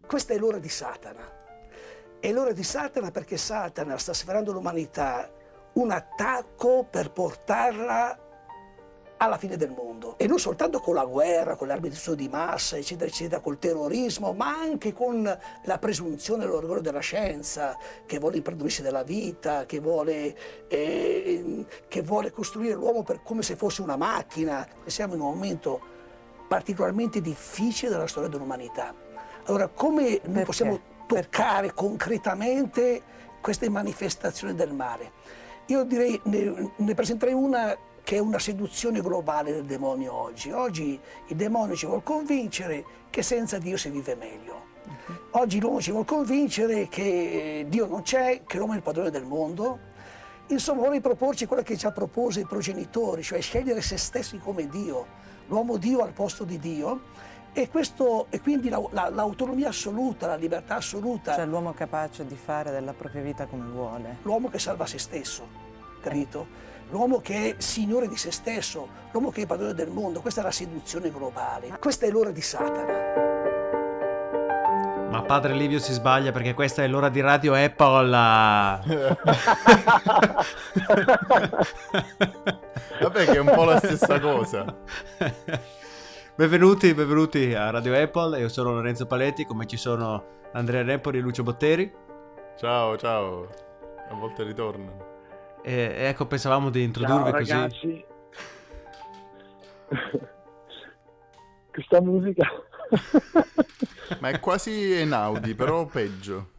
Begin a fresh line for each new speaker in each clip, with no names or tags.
Questa è l'ora di Satana. È l'ora di Satana perché Satana sta sferrando l'umanità un attacco per portarla alla fine del mondo. E non soltanto con la guerra, con l'armi di massa, eccetera, eccetera, col terrorismo, ma anche con la presunzione e l'orgoglio della scienza, che vuole imprendersi della vita, che vuole costruire l'uomo come se fosse una macchina. Siamo in un momento particolarmente difficile della storia dell'umanità. Allora, come noi possiamo toccare concretamente queste manifestazioni del male? Io direi, ne presenterei una che è una seduzione globale del demonio oggi. Oggi il demonio ci vuole convincere che senza Dio si vive meglio. Oggi l'uomo ci vuole convincere che Dio non c'è, che l'uomo è il padrone del mondo. Insomma, vuole proporci quello che già propose i progenitori, cioè scegliere se stessi come Dio, l'uomo Dio al posto di Dio. E quindi l'autonomia assoluta, la libertà assoluta.
Cioè l'uomo capace di fare della propria vita come vuole.
L'uomo che salva se stesso, capito? L'uomo che è signore di se stesso, l'uomo che è padrone del mondo. Questa è la seduzione globale. Questa è l'ora di Satana.
Ma padre Livio si sbaglia perché questa è l'ora di Radio Apple.
Vabbè, che è un po' la stessa cosa.
Benvenuti a Radio Apple. Io sono Lorenzo Paletti, come ci sono Andrea Nempoli e Lucio Botteri.
Ciao, a volte ritornano.
E ecco, pensavamo di introdurvi. Ciao, così.
Ragazzi. Questa musica.
Ma è quasi Einaudi, però peggio.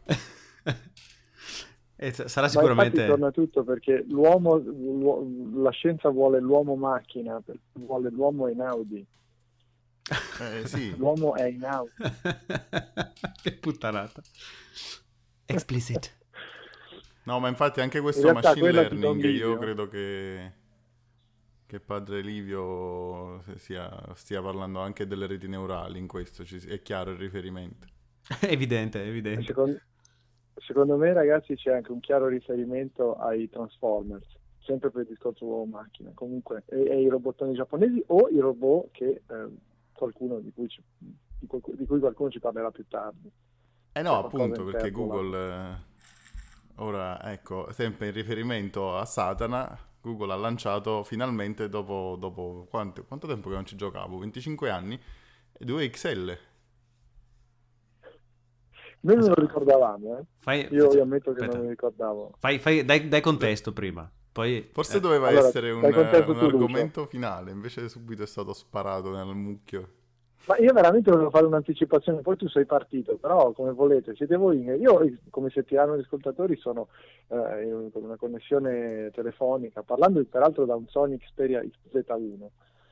Sarà sicuramente.
Ma torna tutto perché la scienza vuole l'uomo macchina, vuole l'uomo Einaudi.
Sì.
L'uomo è Einaudi.
Che puttanata. Explicit.
No, ma infatti anche questo machine learning io credo che padre Livio stia parlando anche delle reti neurali in questo, è chiaro il riferimento.
Evidente.
Secondo me, ragazzi, c'è anche un chiaro riferimento ai Transformers, sempre per il discorso uomo-macchina, comunque, e i robottoni giapponesi o i robot che qualcuno di cui qualcuno ci parlerà più tardi.
No, appunto, perché Google... Ora, ecco, sempre in riferimento a Satana, Google ha lanciato finalmente dopo quanto tempo che non ci giocavo? 25 anni, 2XL.
Noi non lo ricordavamo, Io ammetto che non lo ricordavo.
Dai contesto prima. Poi,
forse doveva essere un argomento finale, invece subito è stato sparato nel mucchio.
Ma io veramente volevo fare un'anticipazione, poi tu sei partito, però come volete, siete voi. Io, come settimana gli ascoltatori, sono con una connessione telefonica, parlando peraltro da un Sony Xperia XZ1.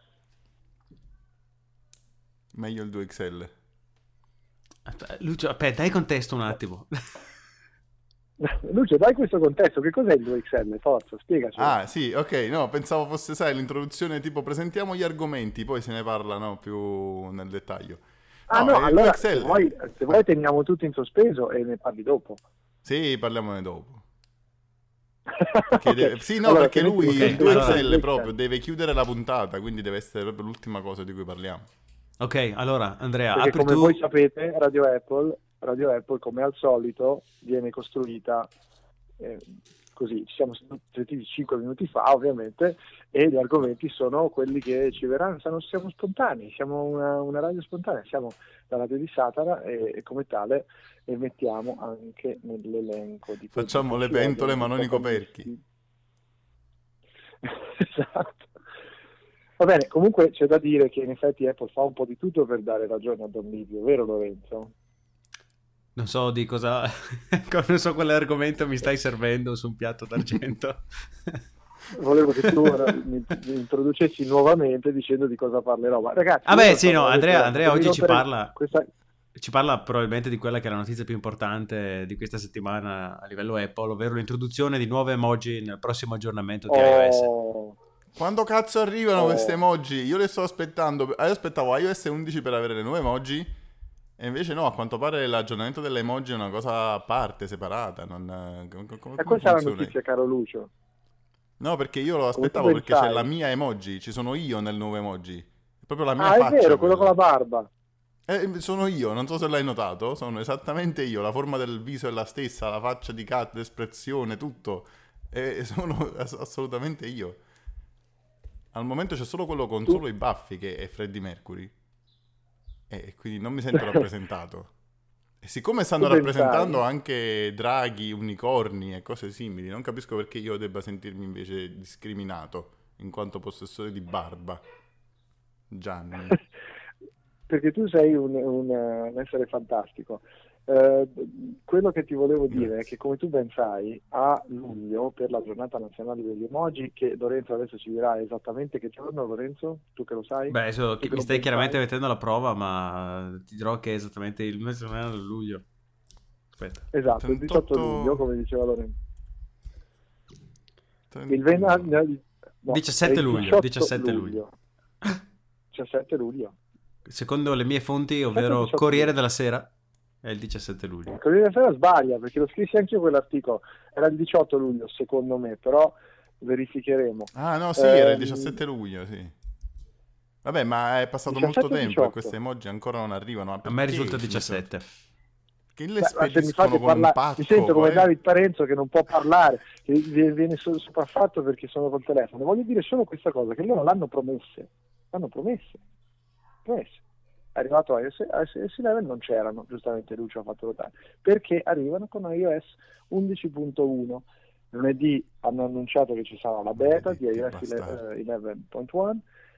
Meglio il 2XL.
Lucio, aspetta, dai contesto un attimo.
Lucio, dai questo contesto, che cos'è il 2XL? Forza, spiegaci.
Ah, sì, ok, no, pensavo fosse, sai, l'introduzione tipo presentiamo gli argomenti, poi se ne parla, no, più nel dettaglio.
Allora, se vuoi teniamo tutto in sospeso e ne parli dopo.
Sì, parliamone dopo. Perché lui, il 2XL proprio, deve chiudere la puntata, quindi deve essere proprio l'ultima cosa di cui parliamo.
Ok, allora, Andrea,
perché come voi sapete, Radio Apple, come al solito, viene costruita così. Ci siamo sentiti 5 minuti fa, ovviamente, e gli argomenti sono quelli che ci verranno. Siamo spontanei, siamo una radio spontanea, siamo la radio di Satana e come tale mettiamo anche nell'elenco di
facciamo le pentole ma non i coperchi.
Esatto. Va bene, comunque c'è da dire che in effetti Apple fa un po' di tutto per dare ragione a Don Livio, vero Lorenzo?
Non so di cosa, non so quale argomento mi stai servendo su un piatto d'argento.
Volevo che tu mi introducessi nuovamente dicendo di cosa parlerò. Ma ragazzi,
Andrea oggi ci parla probabilmente di quella che è la notizia più importante di questa settimana a livello Apple, ovvero l'introduzione di nuove emoji nel prossimo aggiornamento di iOS.
Quando cazzo arrivano queste emoji? Io le sto aspettando. Io aspettavo iOS 11 per avere le nuove emoji. E invece no, a quanto pare l'aggiornamento delle emoji è una cosa a parte, separata.
E questa è la notizia, caro Lucio.
No, perché io lo aspettavo perché c'è la mia emoji, ci sono io nel nuovo emoji. È proprio la mia faccia.
È vero, quello con la barba.
Sono io, non so se l'hai notato, sono esattamente io, la forma del viso è la stessa, la faccia di Kat, l'espressione, tutto, sono assolutamente io. Al momento c'è solo quello con solo i baffi che è Freddie Mercury, e quindi non mi sento rappresentato. E siccome stanno rappresentando anche draghi, unicorni e cose simili, non capisco perché io debba sentirmi invece discriminato in quanto possessore di barba. Gianni.
Perché tu sei un essere fantastico. Quello che ti volevo dire è che, come tu ben sai, a luglio, per la giornata nazionale degli emoji, che Lorenzo adesso ci dirà esattamente che giorno, Lorenzo, tu che lo sai?
Beh, adesso mi stai chiaramente mettendo alla prova, ma ti dirò che è esattamente il mese di luglio. Aspetta.
Esatto, 38... il 18 luglio, come diceva Lorenzo.
17 luglio. 17 luglio.
17 luglio.
Secondo le mie fonti, ovvero Corriere della Sera, è il 17 luglio.
Corriere della Sera sbaglia, perché lo scrissi anche io quell'articolo. Era il 18 luglio, secondo me, però verificheremo.
Ah, no, sì, era il 17 luglio, sì. Vabbè, ma è passato molto tempo e queste emoji ancora non arrivano.
A me risulta 17.
Che le spediscono con un pacco.
Mi sento come David Parenzo che non può parlare, che viene sopraffatto perché sono col telefono. Voglio dire solo questa cosa, che loro l'hanno promesse. È arrivato iOS 11, non c'erano, giustamente Lucio ha fatto notare, perché arrivano con iOS 11.1. Lunedì hanno annunciato che ci sarà la beta di iOS 11.1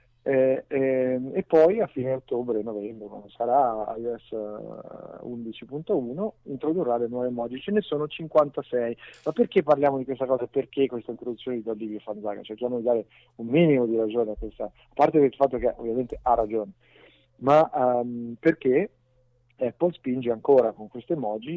e poi a fine ottobre, novembre, quando sarà iOS 11.1, introdurrà le nuove emoji. Ce ne sono 56. Ma perché parliamo di questa cosa? Perché questa introduzione di Olivia Fanzaga? Cerchiamo di dare un minimo di ragione a questa, a parte il fatto che ovviamente ha ragione, ma perché Apple spinge ancora con queste emoji,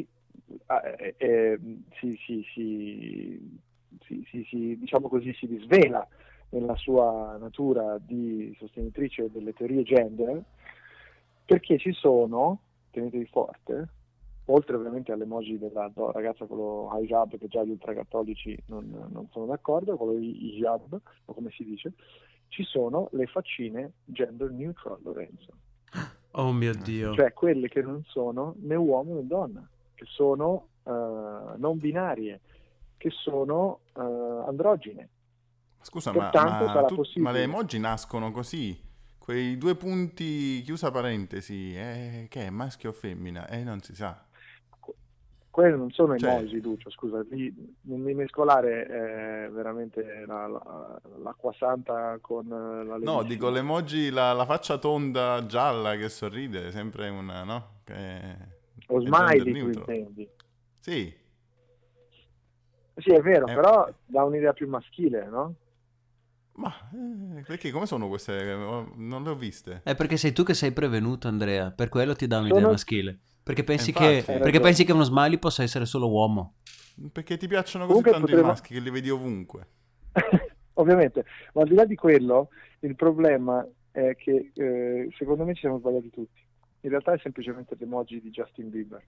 diciamo così, si risvela nella sua natura di sostenitrice delle teorie gender, perché ci sono, tenetevi forte, oltre ovviamente alle emoji della ragazza con lo hijab, che già gli ultracattolici non sono d'accordo, con lo hijab, o come si dice, ci sono le faccine gender neutral, Lorenzo.
Oh mio Dio.
Cioè quelle che non sono né uomo né donna, che sono non binarie, che sono androgine.
Scusa, ma le emoji nascono così? Quei due punti, chiusa parentesi, che è maschio o femmina? Non si sa.
Quelle non sono emoji, Lucio, scusa, non mi mescolare veramente l'acqua santa con la legge.
No, dico l'emoji, la faccia tonda gialla che sorride, sempre una, no?
O smiley, tu intendi?
Sì.
Sì, è vero, però dà un'idea più maschile, no?
Ma perché come sono queste? Non le ho viste.
È perché sei tu che sei prevenuto, Andrea, per quello ti dà un'idea maschile. Perché pensi che uno smiley possa essere solo uomo.
Perché ti piacciono così tanto i maschi che li vedi ovunque.
Ovviamente, ma al di là di quello, il problema è che secondo me ci siamo sbagliati tutti. In realtà è semplicemente l'emoji di Justin Bieber.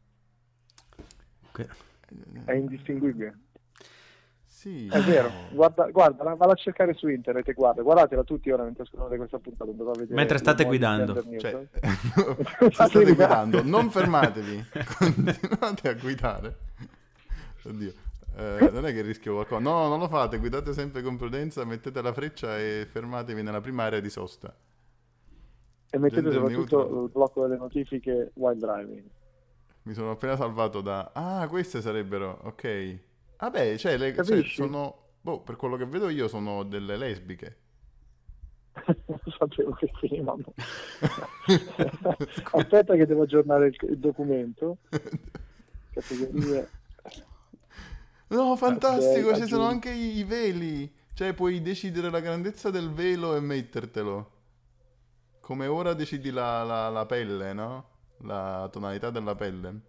È indistinguibile.
Sì,
è vero, guarda, vado a cercare su internet e guardatela tutti ora mentre ascoltate questa puntata,
mentre state guidando,
se state guidando, non fermatevi, continuate a guidare. Oddio, non è che rischio qualcosa, no, non lo fate, guidate sempre con prudenza, mettete la freccia e fermatevi nella prima area di sosta
e mettete soprattutto il blocco delle notifiche while driving.
Mi sono appena salvato da queste sarebbero, ok. Vabbè, cioè, sono, per quello che vedo io sono delle lesbiche.
Non sapevo che finivamo. Aspetta che devo aggiornare il documento. Categorie.
No, fantastico, ci sono anche i veli. Cioè, puoi decidere la grandezza del velo e mettertelo. Come ora decidi la pelle, no? La tonalità della pelle.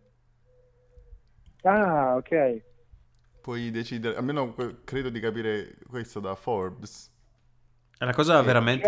Ah, ok.
Puoi decidere, almeno credo di capire questo da Forbes.
È una cosa veramente...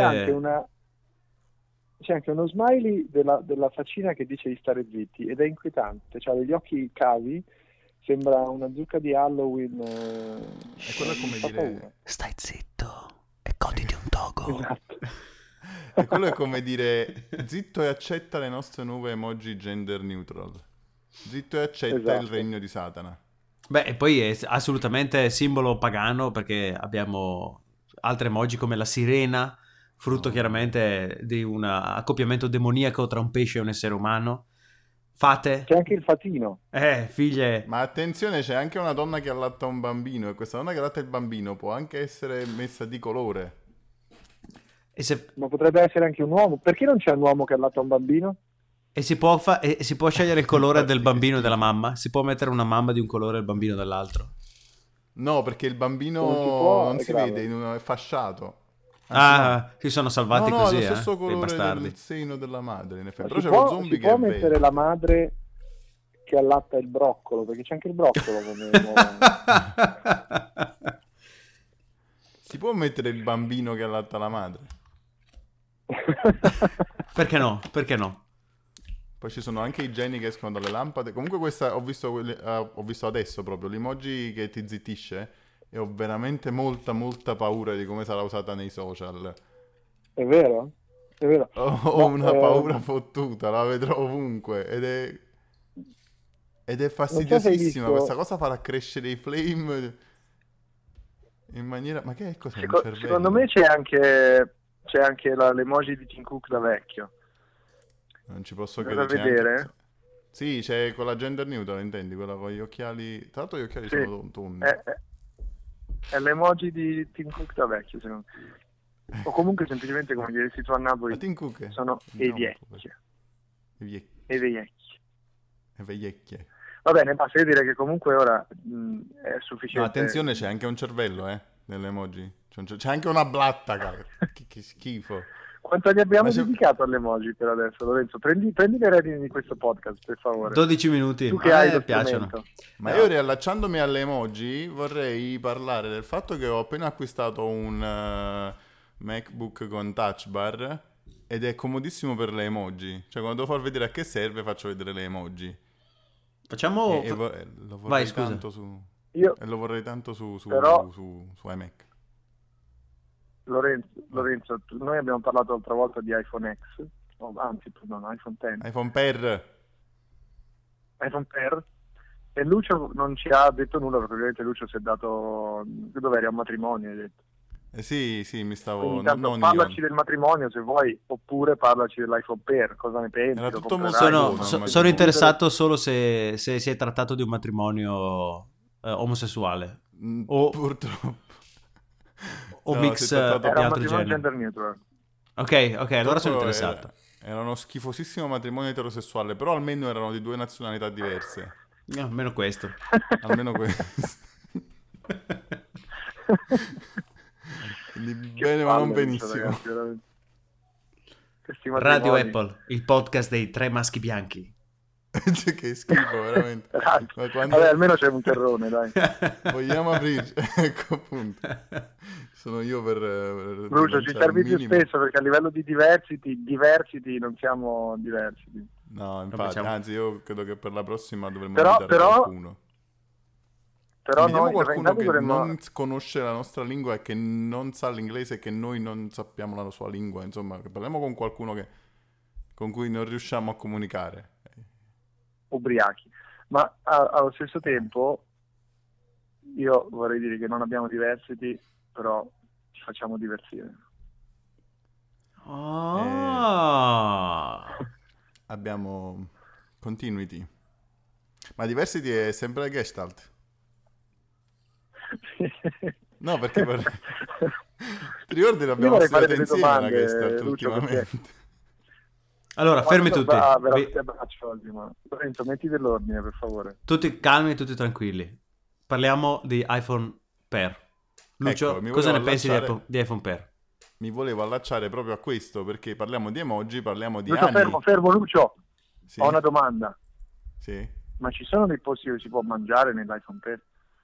C'è anche uno smiley della faccina che dice di stare zitti ed è inquietante, c'ha degli occhi cavi, sembra una zucca di Halloween.
È quello come dire...
Stai zitto e goditi un togo.
Esatto.
E quello è come dire zitto e accetta le nostre nuove emoji gender neutral. Zitto e accetta il regno di Satana.
Beh, e poi è assolutamente simbolo pagano, perché abbiamo altre emoji come la sirena, frutto chiaramente di un accoppiamento demoniaco tra un pesce e un essere umano. Fate.
C'è anche il fatino.
Figlie.
Ma attenzione, c'è anche una donna che allatta un bambino, e questa donna che allatta il bambino può anche essere messa di colore.
Ma potrebbe essere anche un uomo. Perché non c'è un uomo che allatta un bambino?
E si può scegliere il colore del bambino e della mamma? Si può mettere una mamma di un colore e il bambino dell'altro?
No, perché il bambino non si vede, è fasciato.
Si sono salvati
no,
così,
è lo stesso colore
bastardi.
del seno della madre, in effetti.
Però
c'è lo zombie che
può
è
mettere
vero.
la madre che allatta il broccolo, perché c'è anche il broccolo come
Si può mettere il bambino che allatta la madre?
Perché no? Perché no?
Poi ci sono anche i geni che escono dalle lampade. Comunque questa ho visto adesso proprio l'emoji che ti zittisce, e ho veramente molta paura di come sarà usata nei social.
È vero? È vero.
Ho una paura fottuta, la vedrò ovunque ed è fastidiosissima. Questa cosa farà crescere i flame in maniera... Ma che è cos'è?
Secondo me c'è anche l'emoji di Tim Cook da vecchio.
Non ci posso
da
credere.
vedere?
Anche... Sì, c'è con la gender neutral, intendi? Quella con gli occhiali... Tra l'altro gli occhiali sono tondi.
È l'emoji di Tim Cook da vecchio, secondo me. O comunque semplicemente, come diresti tu a Napoli,
Tim Cook
sono e vecchie. E
vecchie.
Va bene, basta, io direi che comunque ora è sufficiente.
No, attenzione, c'è anche un cervello, nell'emoji. C'è anche una blatta, cara. Che schifo.
Quanto gli abbiamo dedicato all'emoji per adesso, Lorenzo? Prendi le redini di questo podcast, per favore.
12 minuti.
Tu che hai lo
piacciono.
Ma io, riallacciandomi alle emoji, vorrei parlare del fatto che ho appena acquistato un MacBook con touch bar, ed è comodissimo per le emoji. Cioè, quando devo far vedere a che serve, faccio vedere le emoji.
Facciamo...
lo vorrei
Vai, scusa.
tanto su...
Io...
E lo vorrei tanto su iMac.
Lorenzo, noi abbiamo parlato l'altra volta di iPhone X, anzi, no, iPhone X.
iPhone Per.
E Lucio non ci ha detto nulla, perché ovviamente Lucio si è dato... Dov'eri? A un matrimonio, hai detto.
Sì, mi stavo...
Quindi, intanto, parlaci del matrimonio se vuoi, oppure parlaci dell'iPhone Per, cosa ne pensi?
Era tutto molto
sono interessato solo se si è trattato di un matrimonio omosessuale.
Purtroppo.
O mix di altro genere.
Gender neutral.
Ok, allora sono interessato.
Era uno schifosissimo matrimonio eterosessuale, però almeno erano di due nazionalità diverse.
Almeno questo.
Quindi bene, ma non benissimo.
Ragazzi,
Radio Apple, il podcast dei tre maschi bianchi.
Che schifo, veramente.
Vabbè, almeno c'è un terrone, dai.
Vogliamo aprirci? Ecco, appunto. Sono io per
Lucio, ci servi più spesso, perché a livello di diversity non siamo diversity.
No, infatti, anzi, io credo che per la prossima dovremmo invitare qualcuno.
Però
noi qualcuno che
dovremmo...
non conosce la nostra lingua e che non sa l'inglese e che noi non sappiamo la sua lingua, insomma, che parliamo con qualcuno con cui non riusciamo a comunicare.
Ubriachi. Ma allo stesso tempo io vorrei dire che non abbiamo diversity, però ci facciamo divertire.
Abbiamo continuity. Ma diversity è sempre Gestalt. No, perché ti ricordi l'abbiamo studiato insieme la Gestalt ultimamente?
Allora, fermi tutti.
Lorenzo, metti dell'ordine, per favore.
Tutti calmi, tutti tranquilli. Parliamo di iPhone Per. Lucio, cosa ne pensi di iPhone Per?
Mi volevo allacciare proprio a questo, perché parliamo di emoji, parliamo di
Lucio,
anni.
fermo, Lucio.
Sì?
Ho una domanda.
Sì?
Ma ci sono dei posti dove si può mangiare nell'iPhone Per?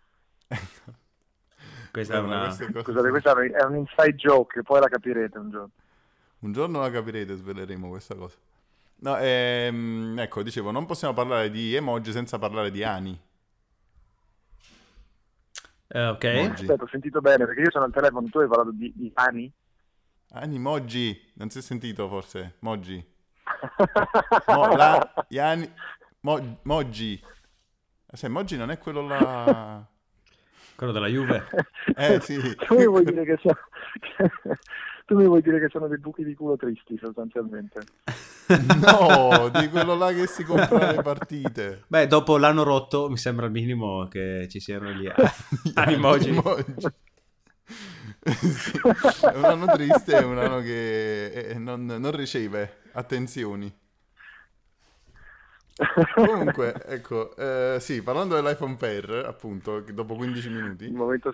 Questa è una...
Scusate, questa è un inside joke, poi la capirete un giorno.
Un giorno la capirete, sveleremo questa cosa. No, ecco, dicevo, non possiamo parlare di emoji senza parlare di ani.
Ok.
Aspetta, ho sentito bene, perché io sono al telefono, tu hai parlato di ani?
Animoji, non si è sentito forse? Moji. Moji. Se Moji non è quello là...
Quello della Juve?
Sì.
Tu mi vuoi dire che tu mi vuoi dire che sono dei buchi di culo tristi sostanzialmente?
No, di quello là che si compra le partite.
Beh, dopo l'anno rotto mi sembra il minimo che ci siano gli Animoji.
Sì, è un anno triste, è un anno che non riceve attenzioni. Comunque, ecco, sì, parlando dell'iPhone Pair, appunto, che dopo 15 minuti,
Il momento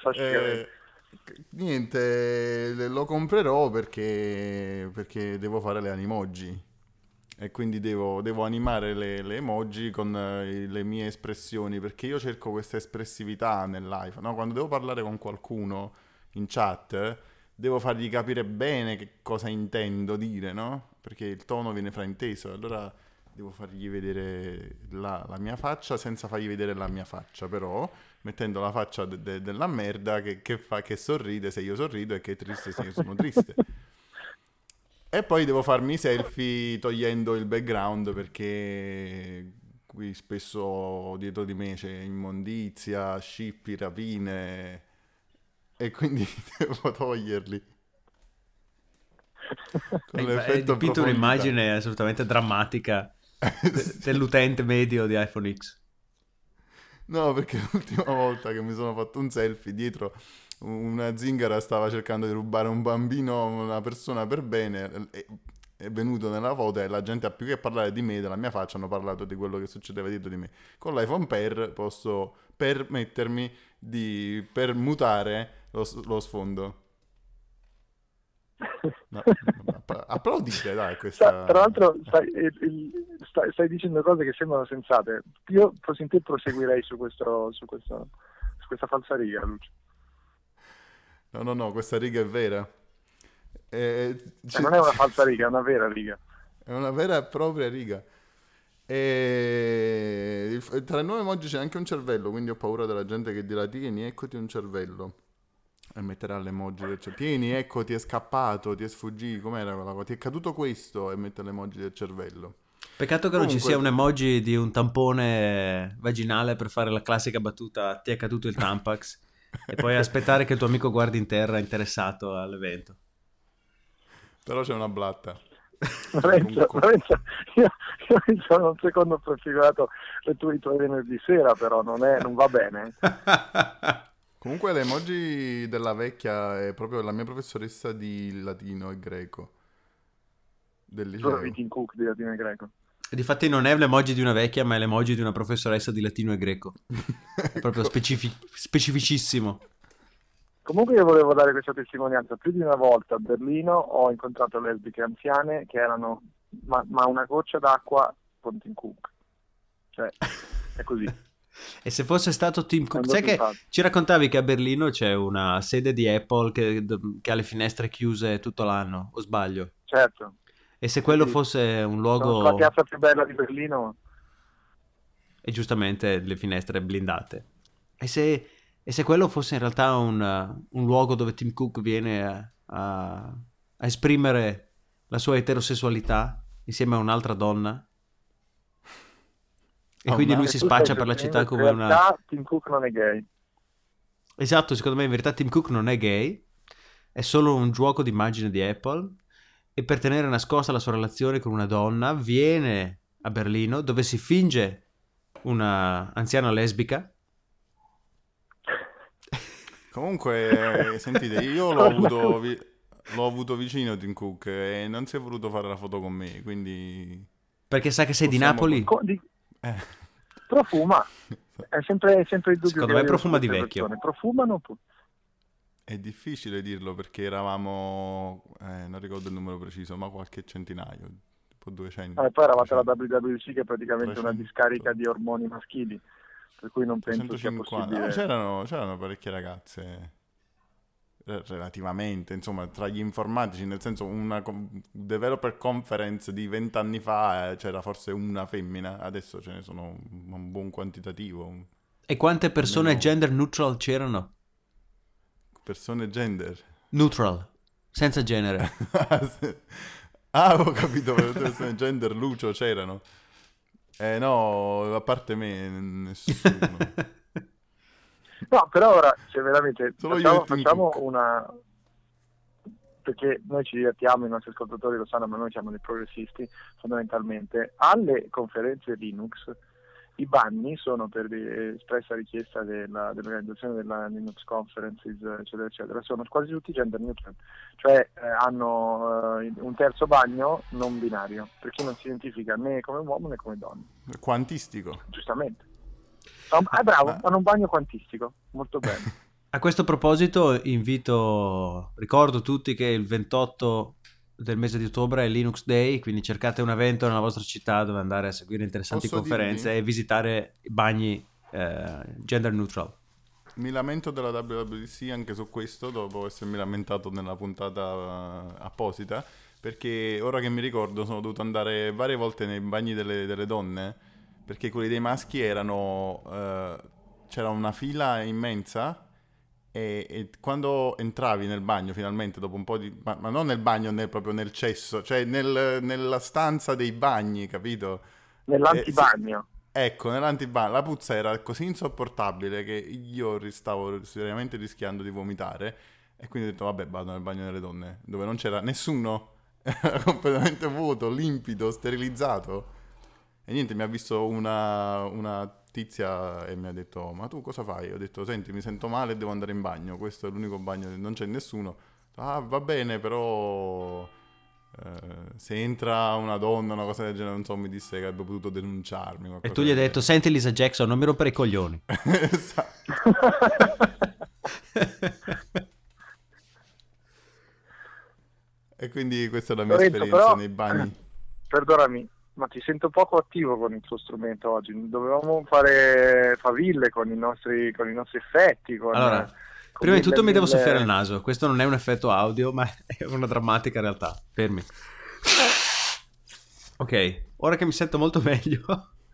niente, lo comprerò perché devo fare le animoji e quindi devo animare le emoji con le mie espressioni, perché io cerco questa espressività nell'iPhone, no? Quando devo parlare con qualcuno in chat, devo fargli capire bene che cosa intendo dire, no? Perché il tono viene frainteso, allora devo fargli vedere la mia faccia senza fargli vedere la mia faccia, però mettendo la faccia della merda che sorride se io sorrido e che è triste se io sono triste. E poi devo farmi i selfie togliendo il background, perché qui spesso dietro di me c'è immondizia, scippi, rapine, e quindi devo toglierli.
Hai dipinto un'immagine assolutamente drammatica dell'utente medio di iPhone X.
No, perché l'ultima volta che mi sono fatto un selfie, dietro una zingara stava cercando di rubare un bambino a una persona per bene, è venuto nella foto e la gente, più che parlare di me, della mia faccia, hanno parlato di quello che succedeva dietro di me. Con l'iPhone Pair posso permettermi di permutare lo sfondo. No, applaudite, dai, questa...
Tra l'altro stai dicendo cose che sembrano sensate. Io in te proseguirei su questa falsariga, Lucio.
No, questa riga è vera.
Non è una falsariga, è una vera riga.
È una vera e propria riga. E tra noi emoji c'è anche un cervello, quindi ho paura della gente che dirà tieni, eccoti un cervello. E metterà l'emoji del cervello. Tieni, ecco, ti è scappato, ti è sfuggito, com'era quella cosa? Ti è caduto questo, e mette l'emoji del cervello.
Peccato che non ci sia un emoji di un tampone vaginale per fare la classica battuta ti è caduto il Tampax e poi aspettare che il tuo amico guardi in terra interessato all'evento.
Però c'è una blatta.
Lorenzo, io mi sono un secondo prefigurato i tuoi venerdì sera, però non va bene.
Comunque l'emoji della vecchia è proprio la mia professoressa di latino e greco del liceo.
Tim Cook di latino e greco.
E difatti non è l'emoji di una vecchia, ma è l'emoji di una professoressa di latino e greco. È proprio specificissimo.
Comunque io volevo dare questa testimonianza. Più di una volta a Berlino ho incontrato lesbiche anziane che erano ma una goccia d'acqua con Tim Cook. Cioè, è così.
E se fosse stato Tim Cook, sai che ci raccontavi che a Berlino c'è una sede di Apple che ha le finestre chiuse tutto l'anno, o sbaglio?
Certo.
E se quello fosse un luogo...
La piazza più bella di Berlino.
E giustamente le finestre blindate. E se quello fosse in realtà un luogo dove Tim Cook viene a esprimere la sua eterosessualità insieme a un'altra donna? E quindi lui si spaccia per la città come una...
In realtà Tim Cook non è gay.
Esatto, secondo me in verità Tim Cook non è gay, è solo un gioco d'immagine di Apple, e per tenere nascosta la sua relazione con una donna viene a Berlino dove si finge una anziana lesbica.
Comunque, sentite, io l'ho avuto vicino Tim Cook e non si è voluto fare la foto con me, quindi...
Perché sa che sei di Napoli?
Profuma. È sempre il dubbio.
Secondo me profuma di vecchio.
Profumano.
È difficile dirlo perché eravamo, non ricordo il numero preciso, ma qualche centinaio, tipo 200.
Poi eravate alla WWC che è praticamente
300.
Una discarica di ormoni maschili, per cui non penso
150.
sia possibile.
C'erano parecchie ragazze, relativamente, insomma, tra gli informatici, nel senso una developer conference di 20 anni fa c'era forse una femmina, adesso ce ne sono un buon quantitativo.
E quante persone gender neutral c'erano?
Persone gender?
Neutral. Senza genere.
Ho capito, gender Lucio c'erano. No, a parte me, nessuno.
No, però ora, se veramente
Solo io e Tim
facciamo
Cook.
una... Perché noi ci divertiamo, i nostri ascoltatori lo sanno, ma noi siamo dei progressisti fondamentalmente. Alle conferenze Linux i bagni sono per espressa richiesta dell'organizzazione della Linux Conferences, eccetera, eccetera, sono quasi tutti gender neutral, cioè hanno un terzo bagno non binario, per chi non si identifica né come uomo né come donna.
Quantistico.
Giustamente. Bravo, hanno un bagno quantistico, molto bene.
A questo proposito ricordo tutti che il 28 del mese di ottobre è Linux Day, quindi cercate un evento nella vostra città dove andare a seguire interessanti conferenze e visitare i bagni gender neutral.
Mi lamento della WWDC anche su questo, dopo essermi lamentato nella puntata apposita, perché ora che mi ricordo sono dovuto andare varie volte nei bagni delle donne, perché quelli dei maschi c'era una fila immensa. E quando entravi nel bagno finalmente dopo un po' di... ma non nel bagno proprio nel cesso, cioè nella stanza dei bagni, capito?
Nell'antibagno.
Ecco, nell'antibagno. La puzza era così insopportabile che io stavo seriamente rischiando di vomitare e quindi ho detto vabbè vado nel bagno delle donne dove non c'era nessuno, era completamente vuoto, limpido, sterilizzato e niente, mi ha visto una tizia e mi ha detto ma tu cosa fai? Ho detto senti mi sento male e devo andare in bagno, questo è l'unico bagno, non c'è nessuno. Ah va bene però se entra una donna una cosa del genere non so, mi disse che avrebbe potuto denunciarmi
e tu gli hai detto senti Lisa Jackson non mi rompere i coglioni.
Esatto. E quindi questa è la mia esperienza però, nei bagni.
Perdonami, ma ti sento poco attivo con il tuo strumento oggi. Dovevamo fare faville con i nostri effetti.
Allora, prima di tutto mi devo soffiare il naso. Questo non è un effetto audio, ma è una drammatica realtà. Fermi. Ok, ora che mi sento molto meglio,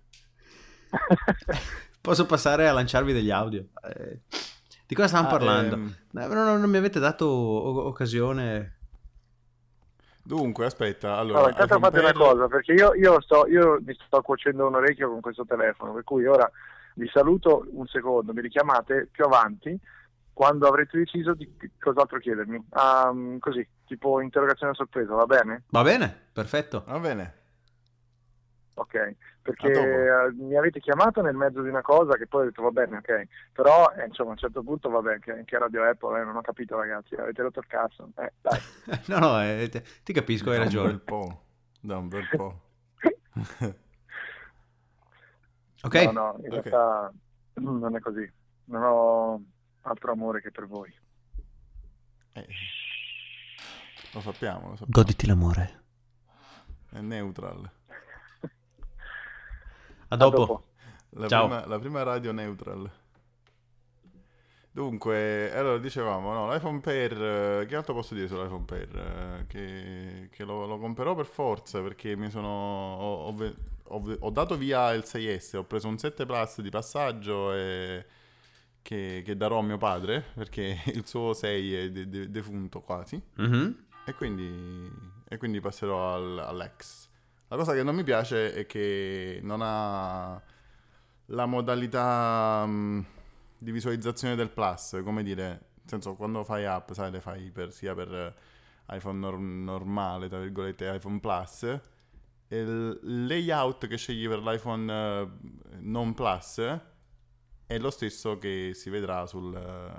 posso passare a lanciarvi degli audio. Di cosa stavamo parlando? Non mi avete dato occasione...
Dunque, aspetta, allora
intanto fate una cosa, perché io mi sto cuocendo un orecchio con questo telefono, per cui ora vi saluto un secondo, mi richiamate più avanti quando avrete deciso di cos'altro chiedermi. Così, tipo interrogazione a sorpresa, va bene?
Va bene, perfetto.
Va bene.
Ok, perché mi avete chiamato nel mezzo di una cosa che poi ho detto va bene, ok, però insomma a un certo punto vabbè, che Radio Apple, non ho capito ragazzi, avete rotto il cazzo, dai.
No, ti capisco, hai ragione.
Da un bel po'.
Ok.
No, in realtà non è così, non ho altro amore che per voi.
Lo sappiamo.
Goditi l'amore.
È neutral.
A dopo.
Ciao. La prima radio neutral. Dunque, allora dicevamo, no, l'iPhone Pair, che altro posso dire sull'iPhone Pair? Che lo comprerò per forza perché ho dato via il 6S, ho preso un 7 Plus di passaggio che darò a mio padre perché il suo 6 è defunto quasi.
Mm-hmm.
E quindi passerò all'X. La cosa che non mi piace è che non ha la modalità di visualizzazione del Plus, come dire, nel senso quando fai app, sai, le fai sia per iPhone normale, tra virgolette, iPhone Plus, e il layout che scegli per l'iPhone non Plus è lo stesso che si vedrà sul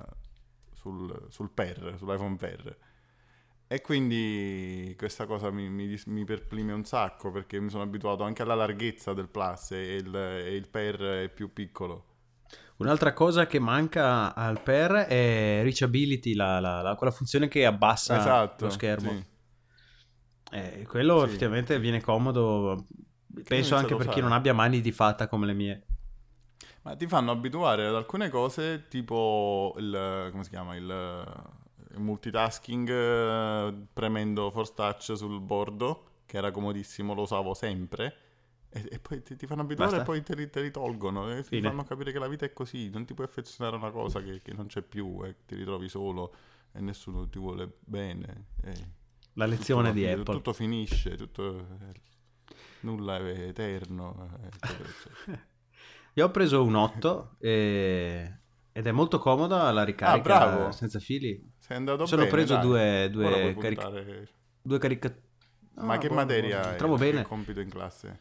Pair, sull'iPhone Pair. E quindi questa cosa mi perplime un sacco perché mi sono abituato anche alla larghezza del Plus e il Pair è più piccolo.
Un'altra cosa che manca al Pair è reachability, quella funzione che abbassa lo schermo. Sì. Quello effettivamente viene comodo, penso anche per chi non abbia mani di fatta come le mie.
Ma ti fanno abituare ad alcune cose tipo come si chiama? Il multitasking premendo Force Touch sul bordo, che era comodissimo, lo usavo sempre, e poi ti fanno abituare. Basta. E poi te li tolgono e ti fanno capire che la vita è così, non ti puoi affezionare a una cosa che non c'è più e ti ritrovi solo e nessuno ti vuole bene.
La lezione di
Apple.
Apple.
Tutto finisce, nulla è eterno. Eccetera, eccetera.
Io ho preso un 8 ed è molto comoda la ricarica
bravo.
senza fili.
Sei andato
Sono
bene,
preso
dai.
due
puntare...
caricatori.
Ma che materia hai?
Trovo bene.
Che compito in classe?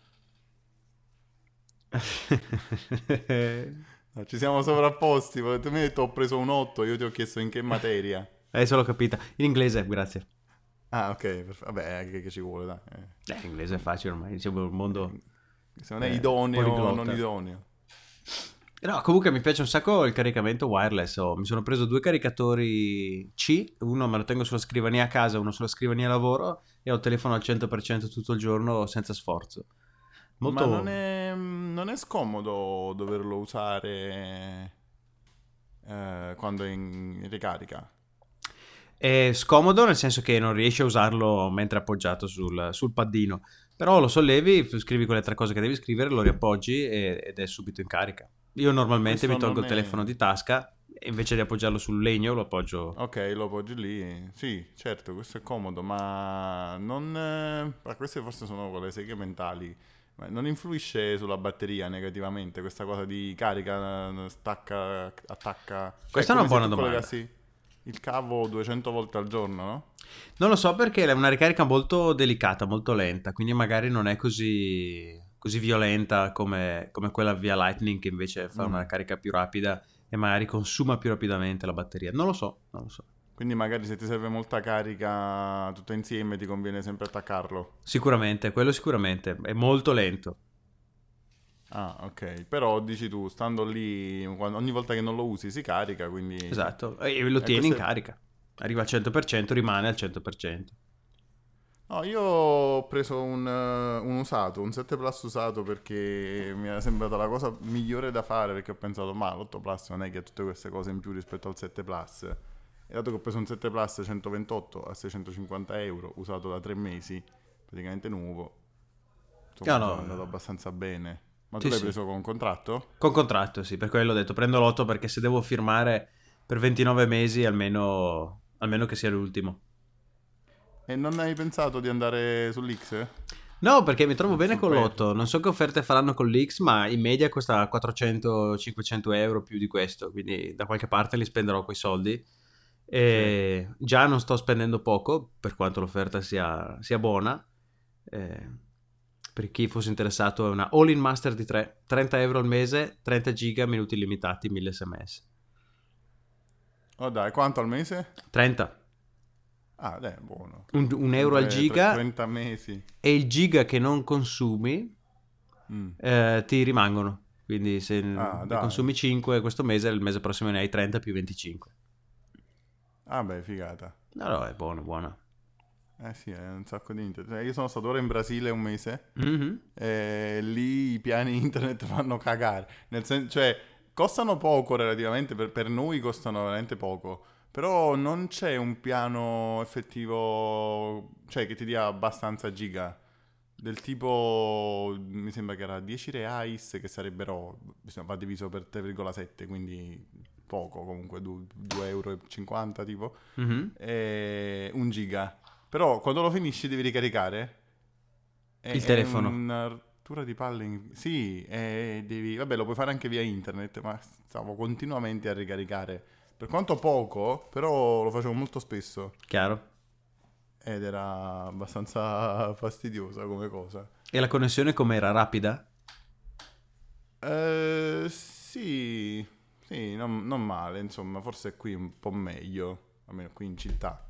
No, ci siamo sovrapposti. Tu mi hai detto ho preso un 8, io ti ho chiesto in che materia.
Adesso l'ho capita. In inglese, grazie.
Ah, ok. Vabbè, che ci vuole, dai.
L'inglese è facile ormai, diciamo il mondo...
Se non è idoneo o
poliglotta.
non idoneo.
No, comunque mi piace un sacco il caricamento wireless. Mi sono preso 2 caricatori C, uno me lo tengo sulla scrivania a casa, uno sulla scrivania a lavoro e ho il telefono al 100% tutto il giorno senza sforzo. Molto...
Ma non è scomodo doverlo usare quando è in ricarica?
È scomodo nel senso che non riesci a usarlo mentre appoggiato sul paddino, però lo sollevi, scrivi quelle 3 cose che devi scrivere, lo riappoggi ed è subito in carica. Io normalmente
Questo
mi tolgo
non
il telefono di tasca e invece di appoggiarlo sul legno lo appoggio...
Ok, lo appoggi lì. Sì, certo, questo è comodo, ma non... ma queste forse sono quelle seghe mentali. Ma non influisce sulla batteria negativamente questa cosa di carica, stacca, attacca...
Questa è una buona domanda.
Collegassi il cavo 200 volte al giorno, no?
Non lo so perché è una ricarica molto delicata, molto lenta, quindi magari non è così violenta come quella via Lightning che invece fa una carica più rapida e magari consuma più rapidamente la batteria. Non lo so.
Quindi magari se ti serve molta carica tutta insieme ti conviene sempre attaccarlo.
Sicuramente, quello sicuramente, è molto lento.
Ah, ok. Però dici tu, stando lì, ogni volta che non lo usi si carica, quindi...
Esatto, e lo tieni in carica. Arriva al 100%, rimane al 100%.
No, io ho preso un usato, un 7 Plus usato perché mi è sembrata la cosa migliore da fare, perché ho pensato, ma l'8 Plus non è che ha tutte queste cose in più rispetto al 7 Plus. E dato che ho preso un 7 Plus 128 a 650 euro, usato da 3 mesi, praticamente nuovo, insomma, è andato abbastanza bene. Ma tu l'hai preso con contratto?
Con contratto, sì, per quello ho detto, prendo l'8 perché se devo firmare per 29 mesi almeno che sia l'ultimo.
E non hai pensato di andare sull'X?
No, perché mi trovo bene con l'8. Non so che offerte faranno con l'X, ma in media costa 400-500 euro più di questo. Quindi da qualche parte li spenderò quei soldi. E già non sto spendendo poco, per quanto l'offerta sia buona. Per chi fosse interessato è una all-in master di 30 euro al mese, 30 giga, minuti illimitati, 1000 sms.
Oh dai, quanto al mese?
30.
Ah, dai, buono.
Un euro al giga
30 mesi.
E il giga che non consumi ti rimangono. Quindi se ne consumi 5 questo mese, il mese prossimo ne hai 30 più 25.
Ah beh, figata.
No, è buona.
Sì, è un sacco di internet. Io sono stato ora in Brasile un mese e lì i piani internet fanno cagare. Nel senso, cioè, costano poco relativamente, per noi costano veramente poco. Però non c'è un piano effettivo, cioè che ti dia abbastanza giga. Del tipo, mi sembra che era 10 reais, che sarebbero, va diviso per 3,7, quindi poco comunque, 2,50 euro tipo, e 1 giga. Però quando lo finisci devi ricaricare.
Il telefono.
È una rottura di palle. Sì, devi... Vabbè, lo puoi fare anche via internet, ma stavo continuamente a ricaricare. Per quanto poco, però lo facevo molto spesso.
Chiaro.
Ed era abbastanza fastidiosa come cosa.
E la connessione com'era? Rapida?
Sì, non male, insomma, forse qui un po' meglio, almeno qui in città.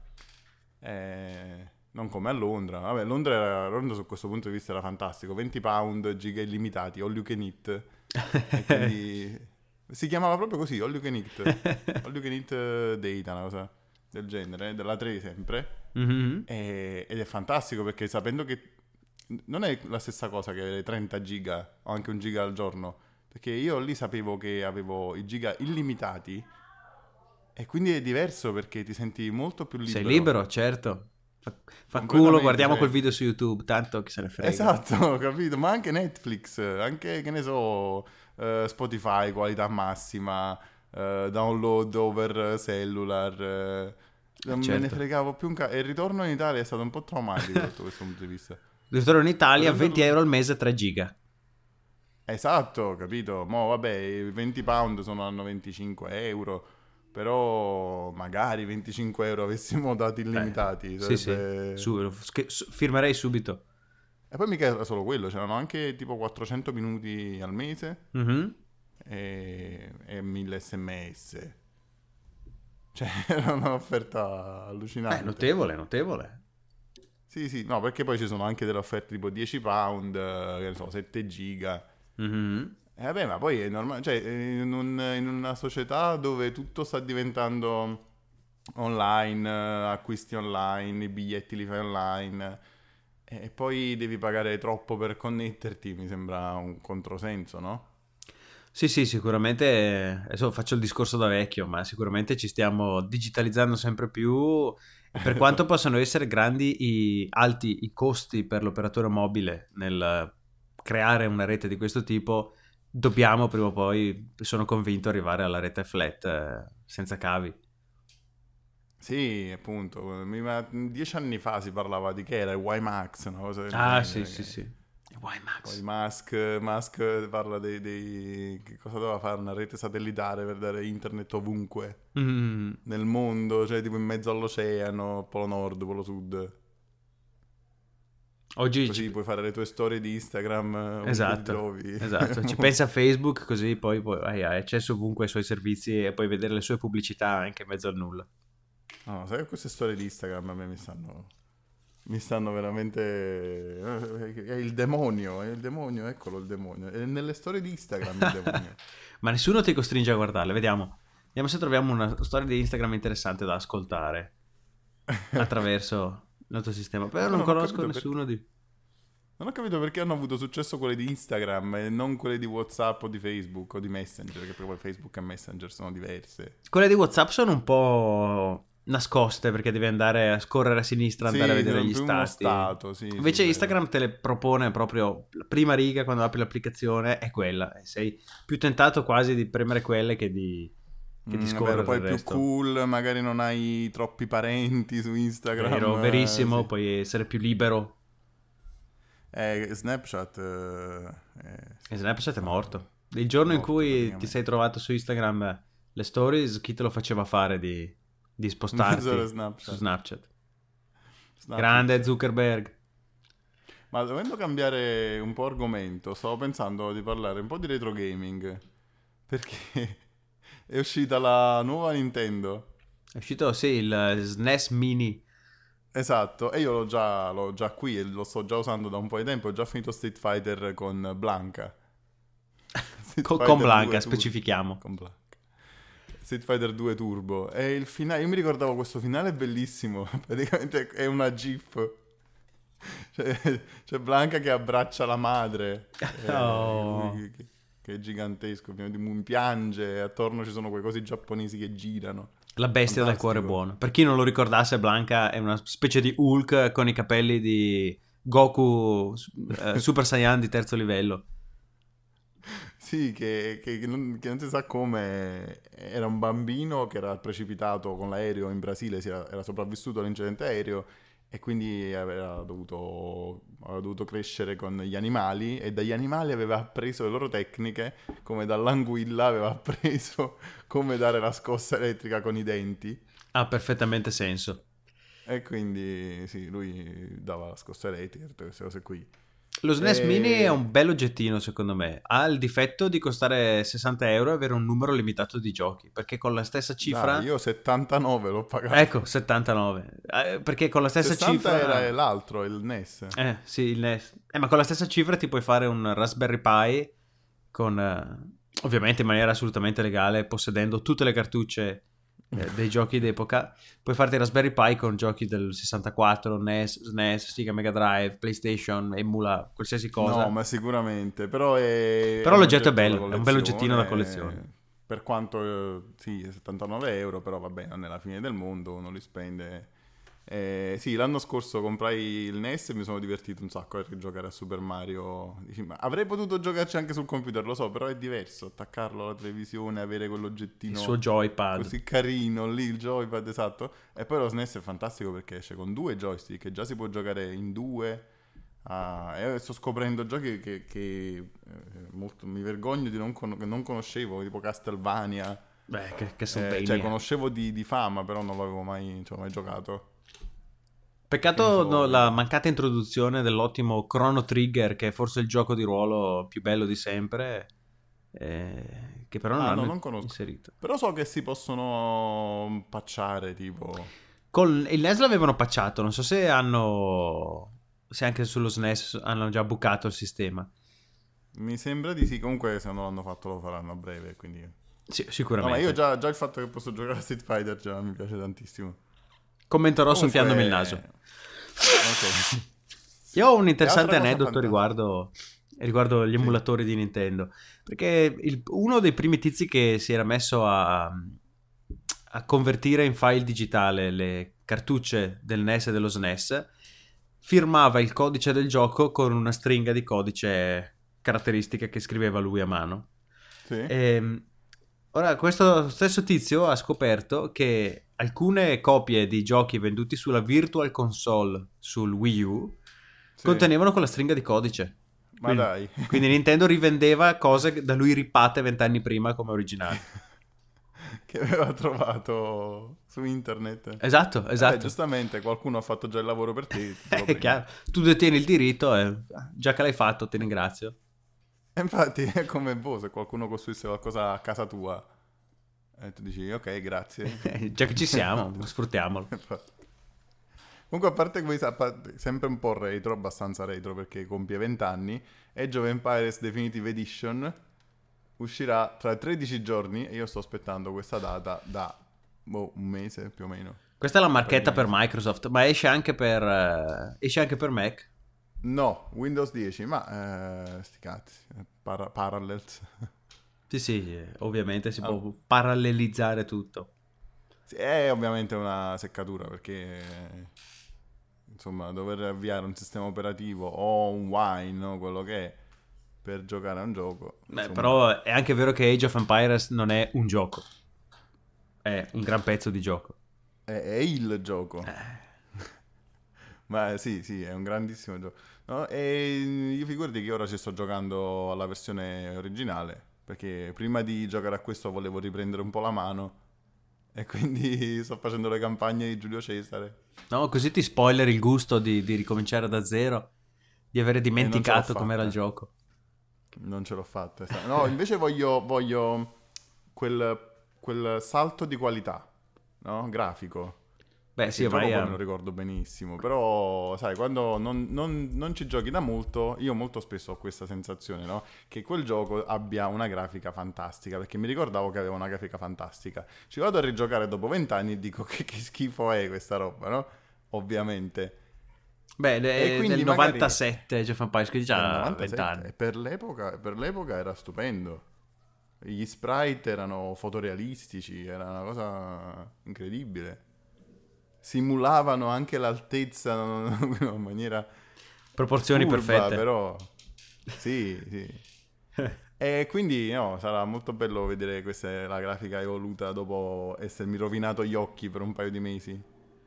Non come a Londra. Vabbè, Londra su questo punto di vista era fantastico. 20 pound, giga illimitati, all you can eat. E quindi... Si chiamava proprio così, all you can eat. All you can eat data, una cosa del genere, della 3 sempre. Ed è fantastico perché sapendo che non è la stessa cosa che avere 30 giga o anche 1 giga al giorno, perché io lì sapevo che avevo i giga illimitati e quindi è diverso perché ti senti molto più libero.
Sei libero, certo. Fa culo, guardiamo quel video su YouTube, tanto chi se ne frega.
Esatto, ho capito, ma anche Netflix, anche, che ne so, Spotify, qualità massima, download over cellular. Non me ne fregavo più e il ritorno in Italia è stato un po' traumatico da questo punto di vista.
Il ritorno in Italia, 20 euro al mese, 3 giga.
Esatto, capito? Mo vabbè, i 20 pound hanno 25 euro, però magari 25 euro avessimo dati illimitati.
Sì. Firmerei subito.
E poi mica era solo quello, c'erano anche tipo 400 minuti al mese e 1000 sms. Cioè, era un'offerta allucinante.
Notevole.
Sì, no, perché poi ci sono anche delle offerte tipo 10 pound, che ne so, 7 giga. Vabbè, ma poi è normale, cioè in una società dove tutto sta diventando online, acquisti online, i biglietti li fai online e poi devi pagare troppo per connetterti, mi sembra un controsenso, no?
Sì, sicuramente, adesso faccio il discorso da vecchio, ma sicuramente ci stiamo digitalizzando sempre più. Per quanto possano essere alti i costi per l'operatore mobile nel creare una rete di questo tipo, dobbiamo prima o poi, sono convinto, arrivare alla rete flat senza cavi.
Sì, appunto, 10 anni fa si parlava di che era il WiMAX, una cosa del
genere.
Sì.
WiMAX.
Poi Musk parla che cosa doveva fare una rete satellitare per dare internet ovunque nel mondo, cioè tipo in mezzo all'oceano, Polo Nord, Polo Sud.
Oggi
così puoi fare le tue storie di Instagram.
Esatto. Ci pensa Facebook, così poi hai accesso ovunque ai suoi servizi e puoi vedere le sue pubblicità anche in mezzo al nulla.
No, sai che queste storie di Instagram a me mi stanno veramente... È il demonio, eccolo il demonio. È nelle storie di Instagram il demonio.
Ma nessuno ti costringe a guardarle, vediamo se troviamo una storia di Instagram interessante da ascoltare attraverso il nostro sistema. Però non conosco nessuno di...
Non ho capito perché hanno avuto successo quelle di Instagram e non quelle di WhatsApp o di Facebook o di Messenger, che poi Facebook e Messenger sono diverse.
Quelle di WhatsApp sono un po' nascoste perché devi andare a scorrere a sinistra, andare a vedere gli stati. Invece Instagram te le propone proprio la prima riga quando apri l'applicazione è quella, e sei più tentato quasi di premere quelle che di scorrere.
Poi
il
più
resto.
Cool, magari non hai troppi parenti su Instagram.
Verissimo,
sì.
Puoi essere più libero.
Snapchat
Snapchat è morto. Il giorno in cui ti sei trovato su Instagram le stories, chi te lo faceva fare di spostarti su Snapchat? Grande Zuckerberg.
Ma dovendo cambiare un po' argomento, stavo pensando di parlare un po' di retro gaming, perché è uscita la nuova Nintendo.
È uscito, sì, il SNES Mini.
Esatto, e io l'ho già qui e lo sto già usando da un po' di tempo. Ho già finito Street Fighter con Blanca.
Con Blanca, specifichiamo.
Con Blanca. Street Fighter 2 Turbo. E il finale, io mi ricordavo questo finale bellissimo. Praticamente è una gif. C'è Blanca che abbraccia la madre. Che è gigantesco, piange. E attorno ci sono quei cosi giapponesi che girano.
La bestia dal cuore buono. Per chi non lo ricordasse, Blanca è una specie di Hulk con i capelli di Goku Super Saiyan di terzo livello.
Sì, che non si sa come. Era un bambino che era precipitato con l'aereo in Brasile, era sopravvissuto all'incidente aereo e quindi aveva dovuto crescere con gli animali e dagli animali aveva appreso le loro tecniche, come dall'anguilla aveva appreso come dare la scossa elettrica con i denti.
Ha perfettamente senso.
E quindi sì, lui dava la scossa elettrica, tutte queste cose qui.
Lo SNES Mini è un bel oggettino, secondo me. Ha il difetto di costare 60 euro e avere un numero limitato di giochi, perché con la stessa cifra...
Io 79 l'ho pagato.
Ecco, 79. Perché con la stessa
60
cifra...
era l'altro, il NES.
Sì, il NES. Ma con la stessa cifra ti puoi fare un Raspberry Pi con... ovviamente in maniera assolutamente legale, possedendo tutte le cartucce dei giochi d'epoca. Puoi farti Raspberry Pi con giochi del 64, NES, SNES, Sega Mega Drive, PlayStation, emula qualsiasi cosa.
No, ma sicuramente, però
l'oggetto è bello, è un bel oggettino da collezione.
Per quanto, sì, 79 euro, però vabbè, non è la fine del mondo, uno li spende Sì, l'anno scorso comprai il NES e mi sono divertito un sacco a giocare a Super Mario. Dici, ma avrei potuto giocarci anche sul computer, lo so, però è diverso attaccarlo alla televisione, avere quell'oggettino
il suo joypad
così carino lì, il joypad, esatto. E poi lo SNES è fantastico perché esce con 2 joystick e già si può giocare in 2. E sto scoprendo giochi che molto, mi vergogno di che non conoscevo, tipo Castlevania.
Beh, che sono
cioè conoscevo di fama, però non l'avevo mai giocato.
Peccato la mancata introduzione dell'ottimo Chrono Trigger, che è forse il gioco di ruolo più bello di sempre, che però non hanno
non conosco.
inserito.
Però so che si possono patchare, tipo...
Con il NES l'avevano patchato, non so se anche sullo SNES hanno già bucato il sistema.
Mi sembra di sì, comunque se non l'hanno fatto lo faranno a breve, quindi...
Sì, sicuramente.
No, ma io già il fatto che posso giocare a Street Fighter già mi piace tantissimo.
Commenterò soffiandomi il naso.
Okay.
Io ho un interessante aneddoto riguardo gli emulatori di Nintendo, perché uno dei primi tizi che si era messo a convertire in file digitale le cartucce del NES e dello SNES firmava il codice del gioco con una stringa di codice caratteristica che scriveva lui a mano.
Sì.
Ora, questo stesso tizio ha scoperto che alcune copie di giochi venduti sulla Virtual Console sul Wii U contenevano quella stringa di codice.
Ma dai.
Quindi Nintendo rivendeva cose da lui ripate 20 anni prima come originali.
Che aveva trovato su internet.
Esatto.
Giustamente, qualcuno ha fatto già il lavoro per te.
È chiaro. Tu detieni il diritto e già che l'hai fatto ti ringrazio.
Infatti è come se qualcuno costruisse qualcosa a casa tua e tu dici ok, grazie.
Già che ci siamo, sfruttiamolo.
Comunque a parte questo, sempre un po' retro, abbastanza retro perché compie 20 anni, Age of Empires Definitive Edition uscirà tra 13 giorni e io sto aspettando questa data da un mese più o meno.
Questa è la marchetta per Microsoft, ma esce anche per Mac?
No, Windows 10, ma sti cazzi, Parallels.
Sì, ovviamente si può parallelizzare tutto.
Sì, è ovviamente una seccatura perché insomma dover avviare un sistema operativo o un Wine o quello che è per giocare a un gioco.
Beh, però è anche vero che Age of Empires non è un gioco, è un gran pezzo di gioco.
È il gioco. Ma sì, è un grandissimo gioco. No? E io figurati che ora ci sto giocando alla versione originale, perché prima di giocare a questo volevo riprendere un po' la mano e quindi sto facendo le campagne di Giulio Cesare.
No, così ti spoiler il gusto di ricominciare da zero, di avere dimenticato com'era il gioco.
Non ce l'ho fatta. No, invece voglio quel salto di qualità, no? Grafico.
Beh, sì,
me lo ricordo benissimo, però sai, quando non ci giochi da molto, io molto spesso ho questa sensazione, no? Che quel gioco abbia una grafica fantastica, perché mi ricordavo che aveva una grafica fantastica. Ci vado a rigiocare dopo 20 anni e dico che schifo è questa roba, no? Ovviamente.
Beh, è del 97, Jeff Empires, quindi già 20 anni.
E per l'epoca era stupendo. Gli sprite erano fotorealistici, era una cosa incredibile. Simulavano anche l'altezza in una maniera
proporzioni
curva,
perfette,
però sì. E quindi no, sarà molto bello vedere la grafica evoluta dopo essermi rovinato gli occhi per un paio di mesi.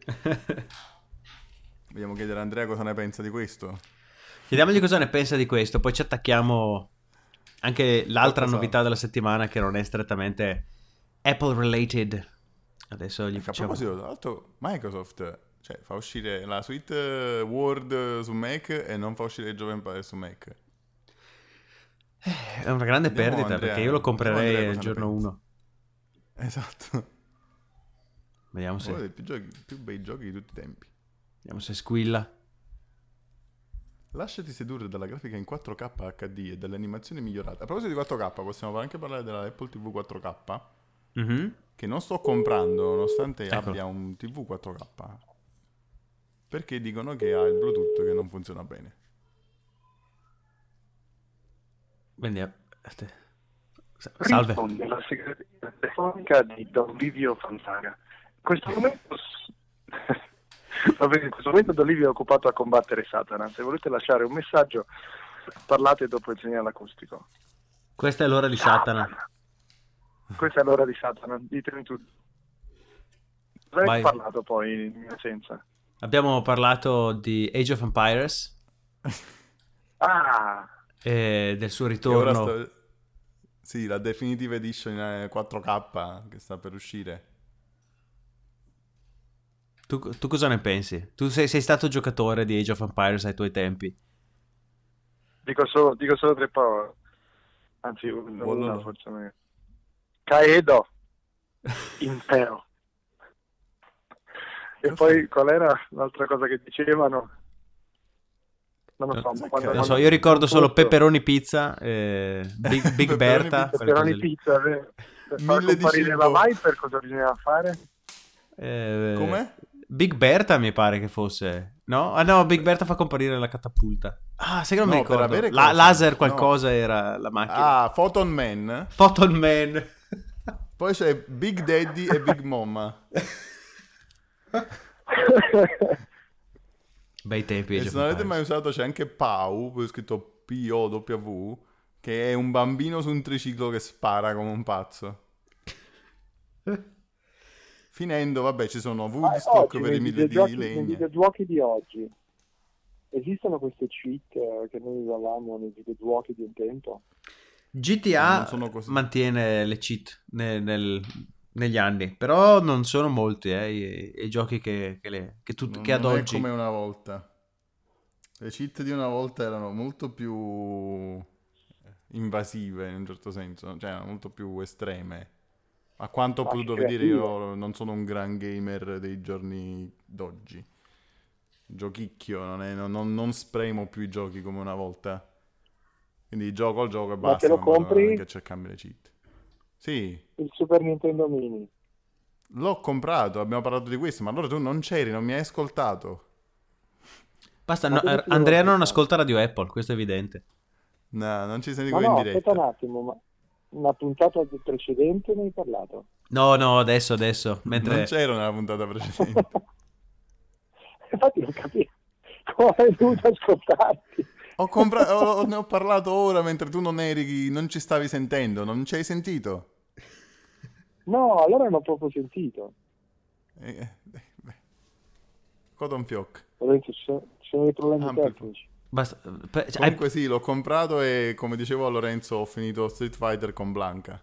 Vogliamo chiedere a Andrea cosa ne pensa di questo?
Chiediamogli cosa ne pensa di questo, poi ci attacchiamo anche l'altra novità della settimana che non è strettamente Apple related. Adesso gli facciamo...
A proposito, tra l'altro Microsoft fa uscire la suite Word su Mac e non fa uscire Age of Empires su Mac.
È una grande perdita, perché io lo comprerei il giorno 1.
Esatto.
Vediamo se...
Uno dei più bei giochi di tutti i tempi.
Vediamo se squilla.
Lasciati sedurre dalla grafica in 4K HD e dalle animazioni migliorate. A proposito di 4K, possiamo anche parlare della Apple TV 4K.
Mm-hmm.
Che non sto comprando nonostante abbia un TV 4K, perché dicono che ha il Bluetooth che non funziona bene.
Quindi salve.
Risponde la segreteria telefonica di Don Livio Fanzaga. In questo momento Va bene, in questo momento D'Olivia è occupato a combattere Satana. Se volete lasciare un messaggio, parlate dopo il segnale acustico.
Questa è l'ora di Satana.
Questa è l'ora di Satana, ditemi tutto. Cosa hai parlato poi in assenza?
Abbiamo parlato di Age of Empires. E del suo ritorno.
Sì, la Definitive Edition 4K che sta per uscire.
Tu cosa ne pensi? Tu sei stato giocatore di Age of Empires ai tuoi tempi?
Dico solo 3 parole. Anzi, una forse meglio. Caedo. Impero. E poi qual era l'altra cosa che dicevano? Non lo so.
Io ricordo solo Pepperoni Pizza, Big Berta.
Pepperoni Pizza, per far comparire la Viper cosa bisognava fare?
Come?
Big Berta mi pare che fosse, no? Ah no, Big Berta fa comparire la catapulta. Ah, sai che non mi ricordo. Laser qualcosa era la macchina.
Photon Man.
Photon Man.
Poi c'è Big Daddy e Big Mama.
Bei tempi.
E se non avete mai usato c'è anche Pau, poi ho scritto P-O-W, che è un bambino su un triciclo che spara come un pazzo. Finendo, vabbè, ci sono Woodstock per i 1000 di legna.
Nei videogiochi di oggi esistono queste cheat che noi usavamo nei videogiochi di un tempo?
GTA mantiene le cheat negli anni, però non sono molti i giochi che ad oggi...
Non è come una volta. Le cheat di una volta erano molto più invasive in un certo senso, cioè erano molto più estreme. A quanto ho potuto vedere, io non sono un gran gamer dei giorni d'oggi. Giochicchio, non spremo più i giochi come una volta. Quindi gioco al gioco e basta.
Ma te lo compri?
Che cercare le cheat. Sì.
Il Super Nintendo Mini.
L'ho comprato, abbiamo parlato di questo, ma allora tu non c'eri, non mi hai ascoltato.
Basta, Andrea non ascolta Radio Apple, questo è evidente.
No, non ci senti in diretta.
Aspetta un attimo, ma una puntata precedente ne hai parlato?
No, adesso. Mentre...
Non c'ero nella puntata precedente.
Infatti non capivo come hai dovuto ascoltarti.
Ne ho parlato ora mentre tu non ci stavi sentendo, non ci hai sentito?
No, allora non ho proprio sentito.
Cotton Fioc.
Ci sono dei problemi tecnici.
Basta.
Comunque sì, l'ho comprato e come dicevo a Lorenzo ho finito Street Fighter con Blanca.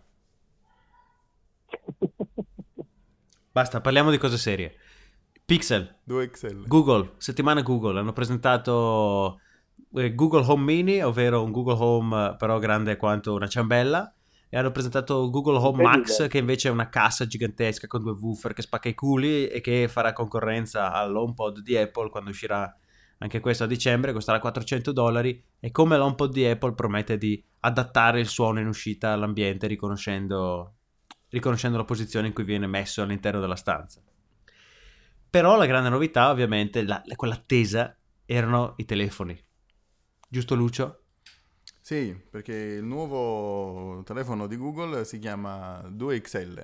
Basta, parliamo di cose serie. Pixel,
2XL.
Google, settimana Google, hanno presentato Google Home Mini, ovvero un Google Home però grande quanto una ciambella, e hanno presentato Google Home Max, che invece è una cassa gigantesca con 2 woofer che spacca i culi e che farà concorrenza all'HomePod di Apple quando uscirà anche questo a dicembre. Costerà $400 e come l'HomePod di Apple promette di adattare il suono in uscita all'ambiente riconoscendo la posizione in cui viene messo all'interno della stanza. Però la grande novità, ovviamente, quella attesa, erano i telefoni. Giusto, Lucio?
Sì, perché il nuovo telefono di Google si chiama 2XL.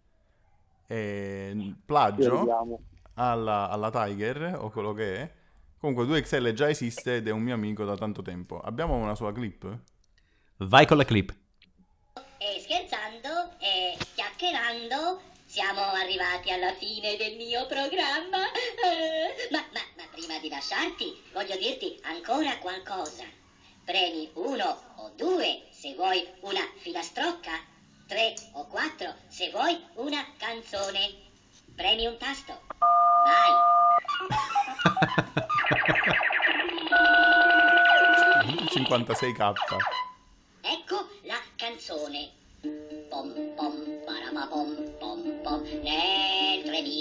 È plagio alla Tiger, o quello che è. Comunque 2XL già esiste ed è un mio amico da tanto tempo. Abbiamo una sua clip?
Vai con la clip.
E scherzando e chiacchierando siamo arrivati alla fine del mio programma. Ma prima di lasciarti voglio dirti ancora qualcosa. Premi 1 o 2 se vuoi una filastrocca, 3 o 4 se vuoi una canzone. Premi un tasto. Vai.
56k.
Ecco la canzone. Pom pom parama pom pom pom. Nel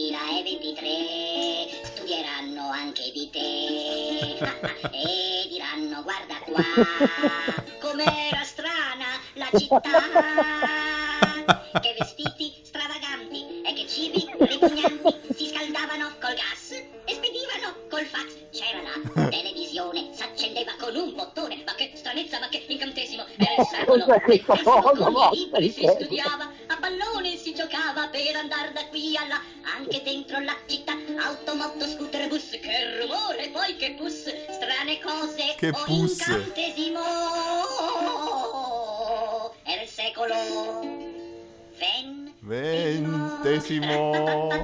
2023 studieranno anche di te e diranno guarda qua com'era strana la città, che vestiti stravaganti e che cibi ripugnanti, si scaldavano col gas e spedivano col fax. C'era la televisione, s'accendeva con un bottone, ma che stranezza, ma che incantesimo, era il secolo con i libri si studiava, a pallone si giocava per andare da qui a là, anche dentro la città Auto, moto, scooter, bus, che rumore, poi che pus, strane cose,
Che
un
pus.
incantesimo. Era il secolo
Ventesimo.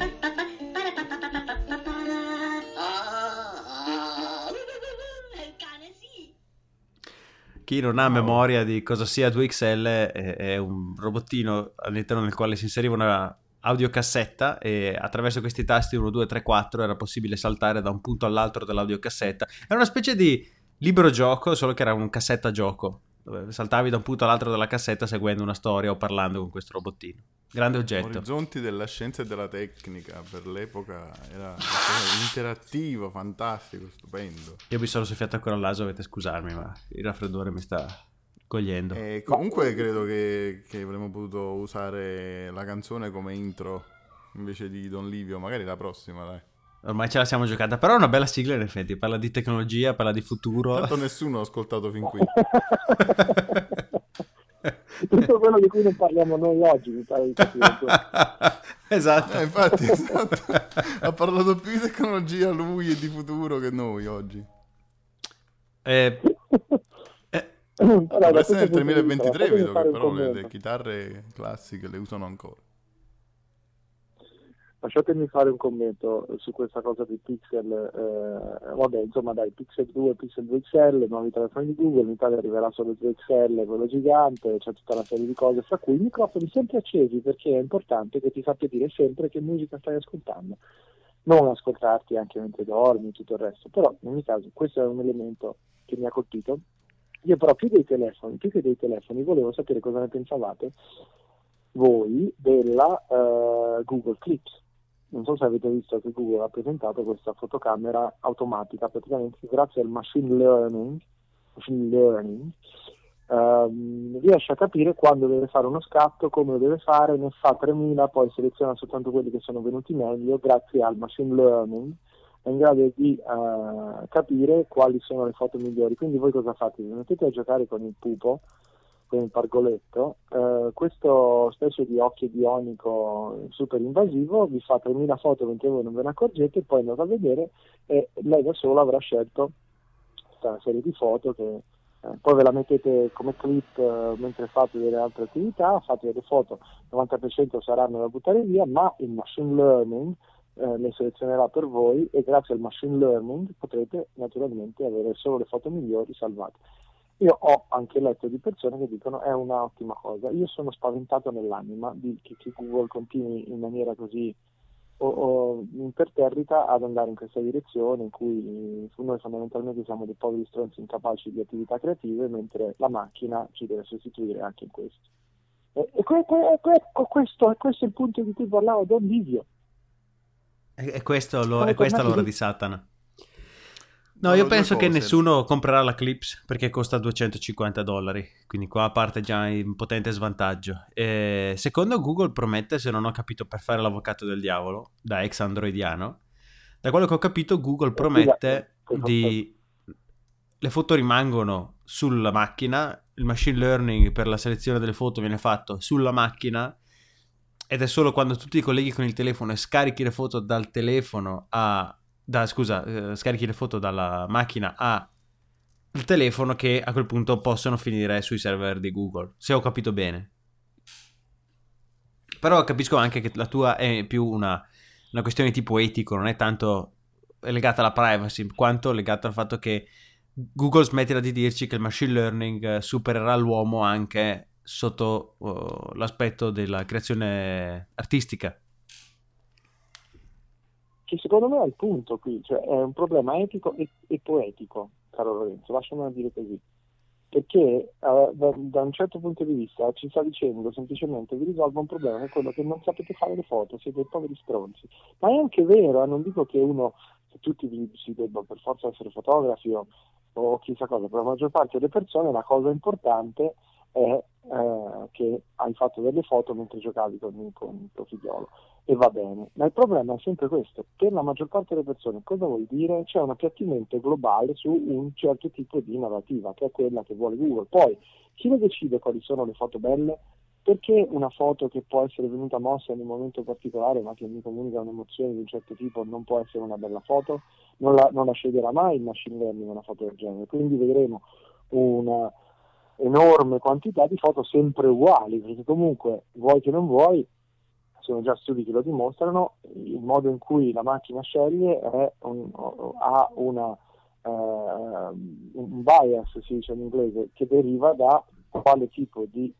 Il cane, sì.
Chi non ha memoria di cosa sia 2XL è un robottino all'interno del quale si inseriva una audiocassetta e attraverso questi tasti 1, 2, 3, 4 era possibile saltare da un punto all'altro dell'audiocassetta. Era una specie di libero gioco, solo che era un cassetta gioco, dove saltavi da un punto all'altro della cassetta seguendo una storia o parlando con questo robottino. Grande oggetto.
Orizzonti della scienza e della tecnica per l'epoca, era una cosa interattivo, fantastico, stupendo.
Io mi sono soffiato ancora il naso, dovete scusarmi, ma il raffreddore mi sta cogliendo.
E comunque credo che avremmo potuto usare la canzone come intro invece di Don Livio, magari la prossima, dai.
Ormai ce la siamo giocata, però è una bella sigla in effetti, parla di tecnologia, parla di futuro.
Tanto nessuno ha ascoltato fin qui.
Tutto quello di cui non parliamo noi oggi, mi pare di capire.
Esatto.
Infatti, esatto. Ha parlato più di tecnologia lui e di futuro che noi oggi.
Allora,
Adesso nel
punto di vista,
2023
fatemi
vedo
fare
che
un
però
commento.
le chitarre classiche le usano ancora.
Lasciatemi fare un commento su questa cosa di Pixel. Vabbè, insomma, dai, Pixel 2 e Pixel 2 XL, nuovi telefoni di Google, in Italia arriverà solo il 2 XL, quello gigante, c'è tutta una serie di cose, fra cui i microfoni sempre accesi, perché è importante che ti sappia dire sempre che musica stai ascoltando, non ascoltarti anche mentre dormi e tutto il resto. Però, in ogni caso, questo è un elemento che mi ha colpito. Io però più che dei telefoni, volevo sapere cosa ne pensavate voi della Google Clips. Non so se avete visto che Google ha presentato questa fotocamera automatica, praticamente grazie al machine learning riesce a capire quando deve fare uno scatto, come lo deve fare, ne fa 3000, poi seleziona soltanto quelli che sono venuti meglio. Grazie al machine learning è in grado di capire quali sono le foto migliori. Quindi voi cosa fate? Vi mettete a giocare con il pupo, con il pargoletto, questo specie di occhio bionico super invasivo vi fa 3000 foto mentre voi non ve ne accorgete, e poi andate a vedere e lei da sola avrà scelto tutta una serie di foto che poi ve la mettete come clip mentre fate delle altre attività, fate delle foto, 90% saranno da buttare via, ma il machine learning le selezionerà per voi e grazie al machine learning potrete naturalmente avere solo le foto migliori salvate. Io ho anche letto di persone che dicono è un'ottima cosa. Io sono spaventato nell'anima che Google continui in maniera così imperterrita ad andare in questa direzione in cui noi fondamentalmente siamo dei poveri stronzi incapaci di attività creative, mentre la macchina ci deve sostituire anche in questo. Questo è il punto di cui parlava Don Livio.
E questa è l'ora di Satana. No,
Sono
io
due
penso che
cose.
nessuno comprerà la Clips perché costa $250, quindi qua parte già in potente svantaggio. Secondo Google promette, se non ho capito, per fare l'avvocato del diavolo, da ex androidiano, da quello che ho capito Google promette le foto rimangono sulla macchina, il machine learning per la selezione delle foto viene fatto sulla macchina ed è solo quando tu ti colleghi con il telefono e scarichi le foto dal telefono scarichi le foto dalla macchina al telefono che a quel punto possono finire sui server di Google, se ho capito bene. Però capisco anche che la tua è più una questione tipo etico, non è tanto legata alla privacy quanto legata al fatto che Google smetterà di dirci che il machine learning supererà l'uomo anche sotto l'aspetto della creazione artistica.
Che secondo me è il punto qui, cioè è un problema etico e poetico, caro Lorenzo, lasciamelo dire così, perché da un certo punto di vista ci sta dicendo semplicemente vi risolvo un problema, che è quello che non sapete fare le foto, siete dei poveri stronzi. Ma è anche vero, non dico che tutti si debbano per forza essere fotografi o chissà cosa, per la maggior parte delle persone la cosa importante è che hai fatto delle foto mentre giocavi con il tuo figliolo e va bene, ma il problema è sempre questo: per la maggior parte delle persone cosa vuol dire? C'è un appiattimento globale su un certo tipo di narrativa che è quella che vuole Google. Poi chi ne decide quali sono le foto belle? Perché una foto che può essere venuta mossa in un momento particolare, ma che mi comunica un'emozione di un certo tipo, non può essere una bella foto? Non la sceglierà mai il machine learning una foto del genere. Quindi vedremo una enorme quantità di foto sempre uguali, perché comunque, vuoi che non vuoi, sono già studi che lo dimostrano, il modo in cui la macchina sceglie ha un bias, si dice in inglese, che deriva da quale tipo di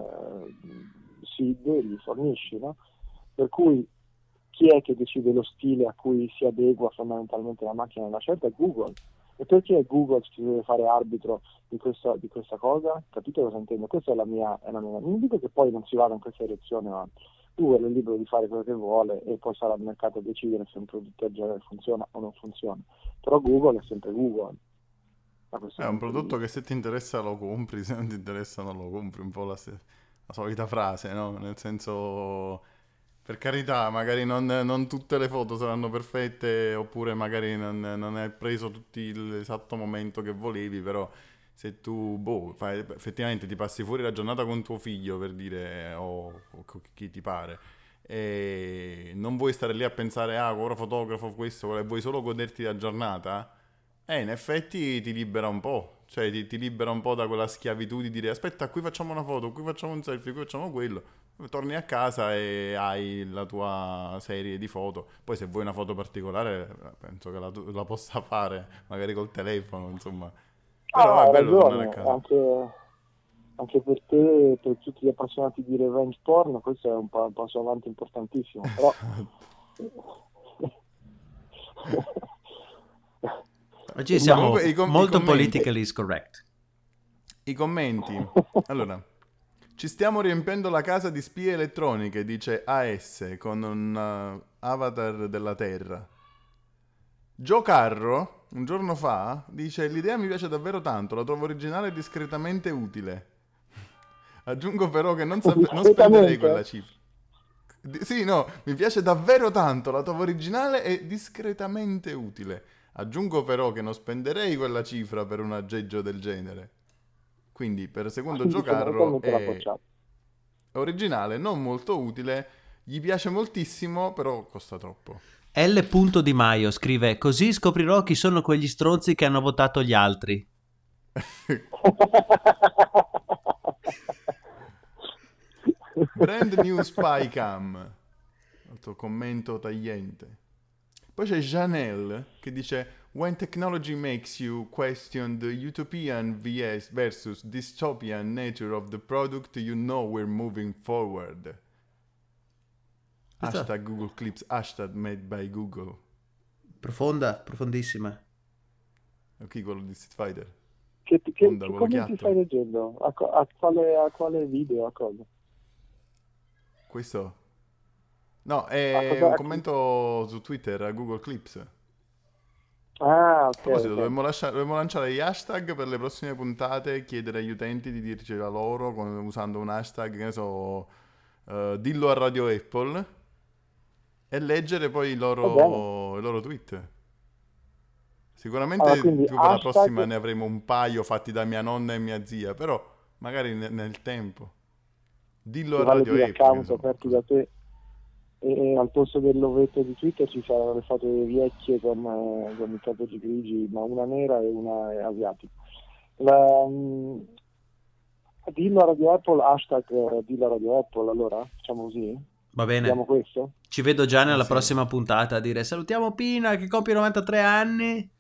seed gli fornisci, no? Per cui chi è che decide lo stile a cui si adegua fondamentalmente la macchina nella scelta? È Google. E perché Google ci deve fare arbitro di questa cosa? Capite cosa intendo? Questa è la mia. Non dico che poi non si vada in questa direzione, ma Google è libero di fare quello che vuole e poi sarà il mercato a decidere se un prodotto del genere funziona o non funziona. Però Google è sempre Google.
È un prodotto che se ti interessa lo compri, se non ti interessa non lo compri, un po' la solita frase, no? Nel senso, per carità, magari non tutte le foto saranno perfette, oppure magari non hai preso tutti l'esatto momento che volevi, però se tu, effettivamente ti passi fuori la giornata con tuo figlio, per dire, o chi ti pare, e non vuoi stare lì a pensare, ora fotografo questo, e vuoi solo goderti la giornata, in effetti ti libera un po', cioè ti libera un po' da quella schiavitù di dire aspetta, qui facciamo una foto, qui facciamo un selfie, qui facciamo quello, torni a casa e hai la tua serie di foto. Poi se vuoi una foto particolare penso che la possa fare magari col telefono, insomma, però è bello tornare a casa.
Anche per te, per tutti gli appassionati di revenge porn, questo è un passo avanti importantissimo, però
oggi siamo molto
commenti,
politically correct.
I commenti. Allora, ci stiamo riempiendo la casa di spie elettroniche, dice AS, con un avatar della Terra. Gio Carro, un giorno fa, dice l'idea mi piace davvero tanto, la trovo originale e discretamente utile. Aggiungo però che non spenderei quella cifra. Sì, no, mi piace davvero tanto, la trovo originale e discretamente utile. Aggiungo però che non spenderei quella cifra per un aggeggio del genere. Quindi, per secondo Gio Carro, è originale, non molto utile, gli piace moltissimo, però costa troppo.
L. Di Maio scrive: così scoprirò chi sono quegli stronzi che hanno votato gli altri.
Brand new spycam, altro commento tagliente. Poi c'è Janelle che dice when technology makes you question the utopian versus dystopian nature of the product, you know we're moving forward. Hashtag Google Clips, hashtag made by Google.
Profondissima.
Ok, quello di Street Fighter.
Che commenti stai leggendo? A quale video? A cosa?
Questo? No, è un commento su Twitter a Google Clips.
Ah, ok.
Proposito, dovremmo lanciare gli hashtag per le prossime puntate, chiedere agli utenti di dirci la loro usando un hashtag, che ne so, dillo a Radio Apple, e leggere poi i loro tweet. Sicuramente più per la prossima ne avremo un paio fatti da mia nonna e mia zia, però magari nel tempo. Dillo a Radio Apple.
Account aperti da te. E al posto dell'ovetto di Twitter ci saranno le foto vecchie con i capelli grigi, ma una nera e una asiatica. Dillo a Radio Apple, hashtag dillo a Radio Apple, allora facciamo così?
Va bene.
Vediamo questo?
Ci vedo già nella prossima puntata a dire salutiamo Pina che compie 93 anni.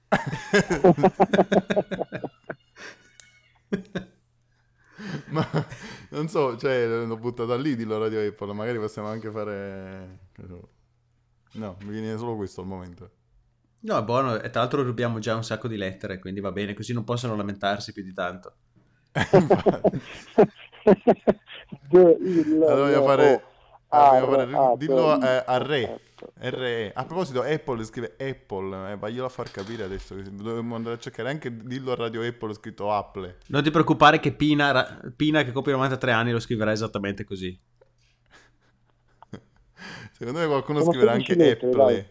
Ma non so, cioè l'ho buttata lì dillo a Radio Apple, magari possiamo anche fare, no, mi viene solo questo al momento.
No, è buono, e tra l'altro rubiamo già un sacco di lettere, quindi va bene, così non possono lamentarsi più di tanto.
Allora voglio fare dillo a Re. RE. A proposito, Apple scrive Apple, vaglielo a far capire adesso, dovremmo andare a cercare anche dillo a Radio Apple scritto Apple.
Non ti preoccupare che Pina che compie 93 anni lo scriverà esattamente così.
Secondo me qualcuno scriverà anche Apple. Dai.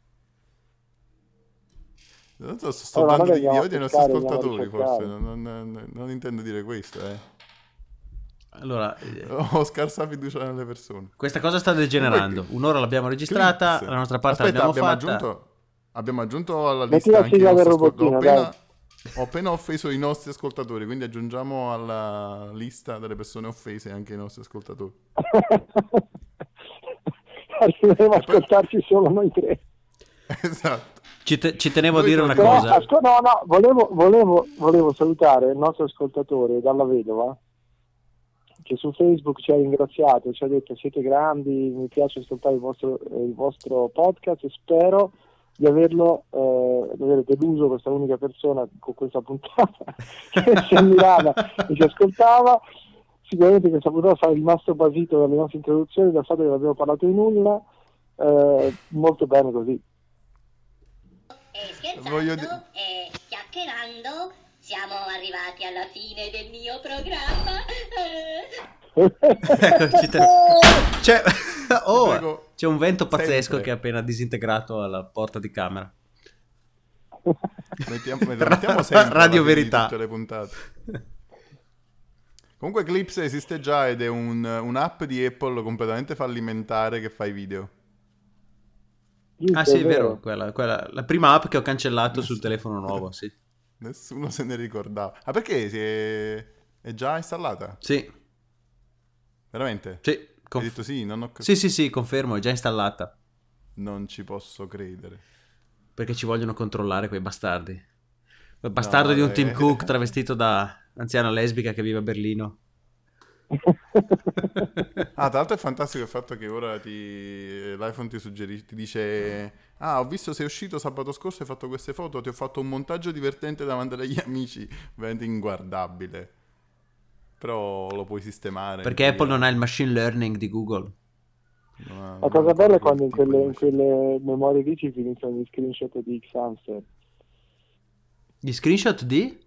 Non so, sto dando degli odio ai nostri ascoltatori, forse non intendo dire questo,
Allora,
ho scarsa fiducia nelle persone.
questa cosa sta degenerando. Un'ora l'abbiamo registrata,
Clips.
la nostra parte
Aspetta,
l'abbiamo fatta.
abbiamo aggiunto alla
Metti
lista
la
anche i
sigla del
nostri
robottino,
ho appena offeso i nostri ascoltatori, quindi aggiungiamo alla lista delle persone offese anche i nostri ascoltatori.
Arriveremo a ascoltarci solo noi tre.
Esatto.
Ci tenevo a dire una
Però,
cosa.
volevo salutare il nostro ascoltatore Dalla Vedova, che su Facebook ci ha ringraziato, ci ha detto siete grandi, mi piace ascoltare il vostro podcast e spero di aver deluso questa unica persona con questa puntata che si ammirava e ci ascoltava. Sicuramente questa puntata sarà rimasto basito dalle nostre introduzioni, dal fatto che non abbiamo parlato di nulla, molto bene così.
E scherzando e chiacchierando siamo arrivati alla fine del mio programma.
C'è un vento pazzesco
Sempre.
che è appena disintegrato alla porta di camera.
Mettiamo sempre
Radio
alla fine
Verità.
di tutte le puntate. Comunque Clips esiste già ed è un'app di Apple completamente fallimentare che fa i video.
Giusto,
Ah sì, è vero, quella, la prima app che ho cancellato sul telefono nuovo, sì.
Nessuno se ne ricordava. Ah, perché è già installata?
Sì,
Veramente?
sì.
Hai detto sì? Non ho
Sì, confermo, è già installata.
Non ci posso credere.
Perché ci vogliono controllare quei bastardi. Quel bastardo di un Tim Cook travestito da anziana lesbica che vive a Berlino.
Ah, tra l'altro è fantastico il fatto che ora l'iPhone ti dice: ah, ho visto sei uscito sabato scorso, hai fatto queste foto, ti ho fatto un montaggio divertente da mandare agli amici, veramente inguardabile. Però lo puoi sistemare.
Perché Apple non ha il machine learning di Google.
La cosa bella è quando in quelle memorie lì ci finiscono gli screenshot di X-Hamster.
Gli screenshot di?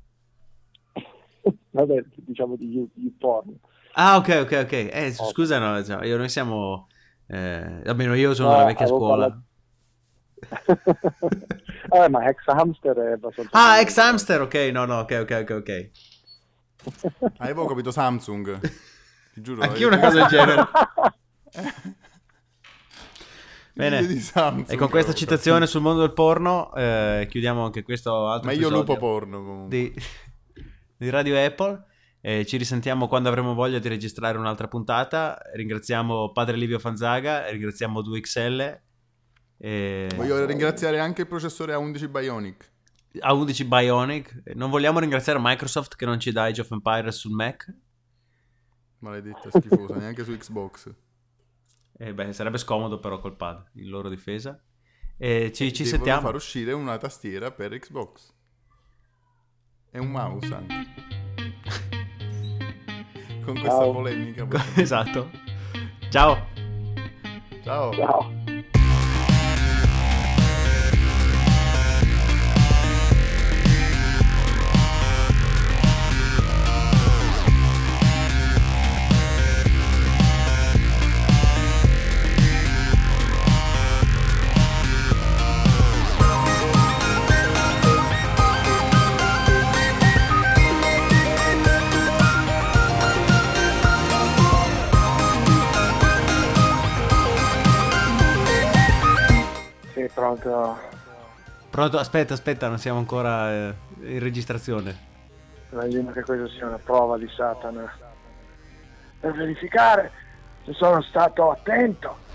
Vabbè, diciamo di YouPorn.
Ah, ok. Scusa, no, noi siamo... almeno io sono della vecchia scuola.
Vabbè, ma X-Hamster è abbastanza...
Ah, X-Hamster, ok, no, ok.
Avevo capito Samsung. Ti giuro.
Anch'io una cosa del genere. Bene,
Di Samsung,
e con questa citazione sul mondo del porno chiudiamo anche questo altro
Meglio
episodio
lupo porno comunque.
di Radio Apple. Ci risentiamo quando avremo voglia di registrare un'altra puntata. Ringraziamo Padre Livio Fanzaga, ringraziamo 2XL.
Voglio ringraziare anche il processore A11 Bionic.
A11 Bionic. Non vogliamo ringraziare Microsoft che non ci dà Age of Empires sul Mac.
Maledetta schifosa, neanche su Xbox.
Sarebbe scomodo però col pad in loro difesa. Ci
Devono
sentiamo.
far uscire una tastiera per Xbox e un mouse anche. Con questa polemica.
Esatto. Ciao.
Ciao.
Pronto? Aspetta, non siamo ancora in registrazione.
Immagino che questa sia una prova di Satana per verificare se sono stato attento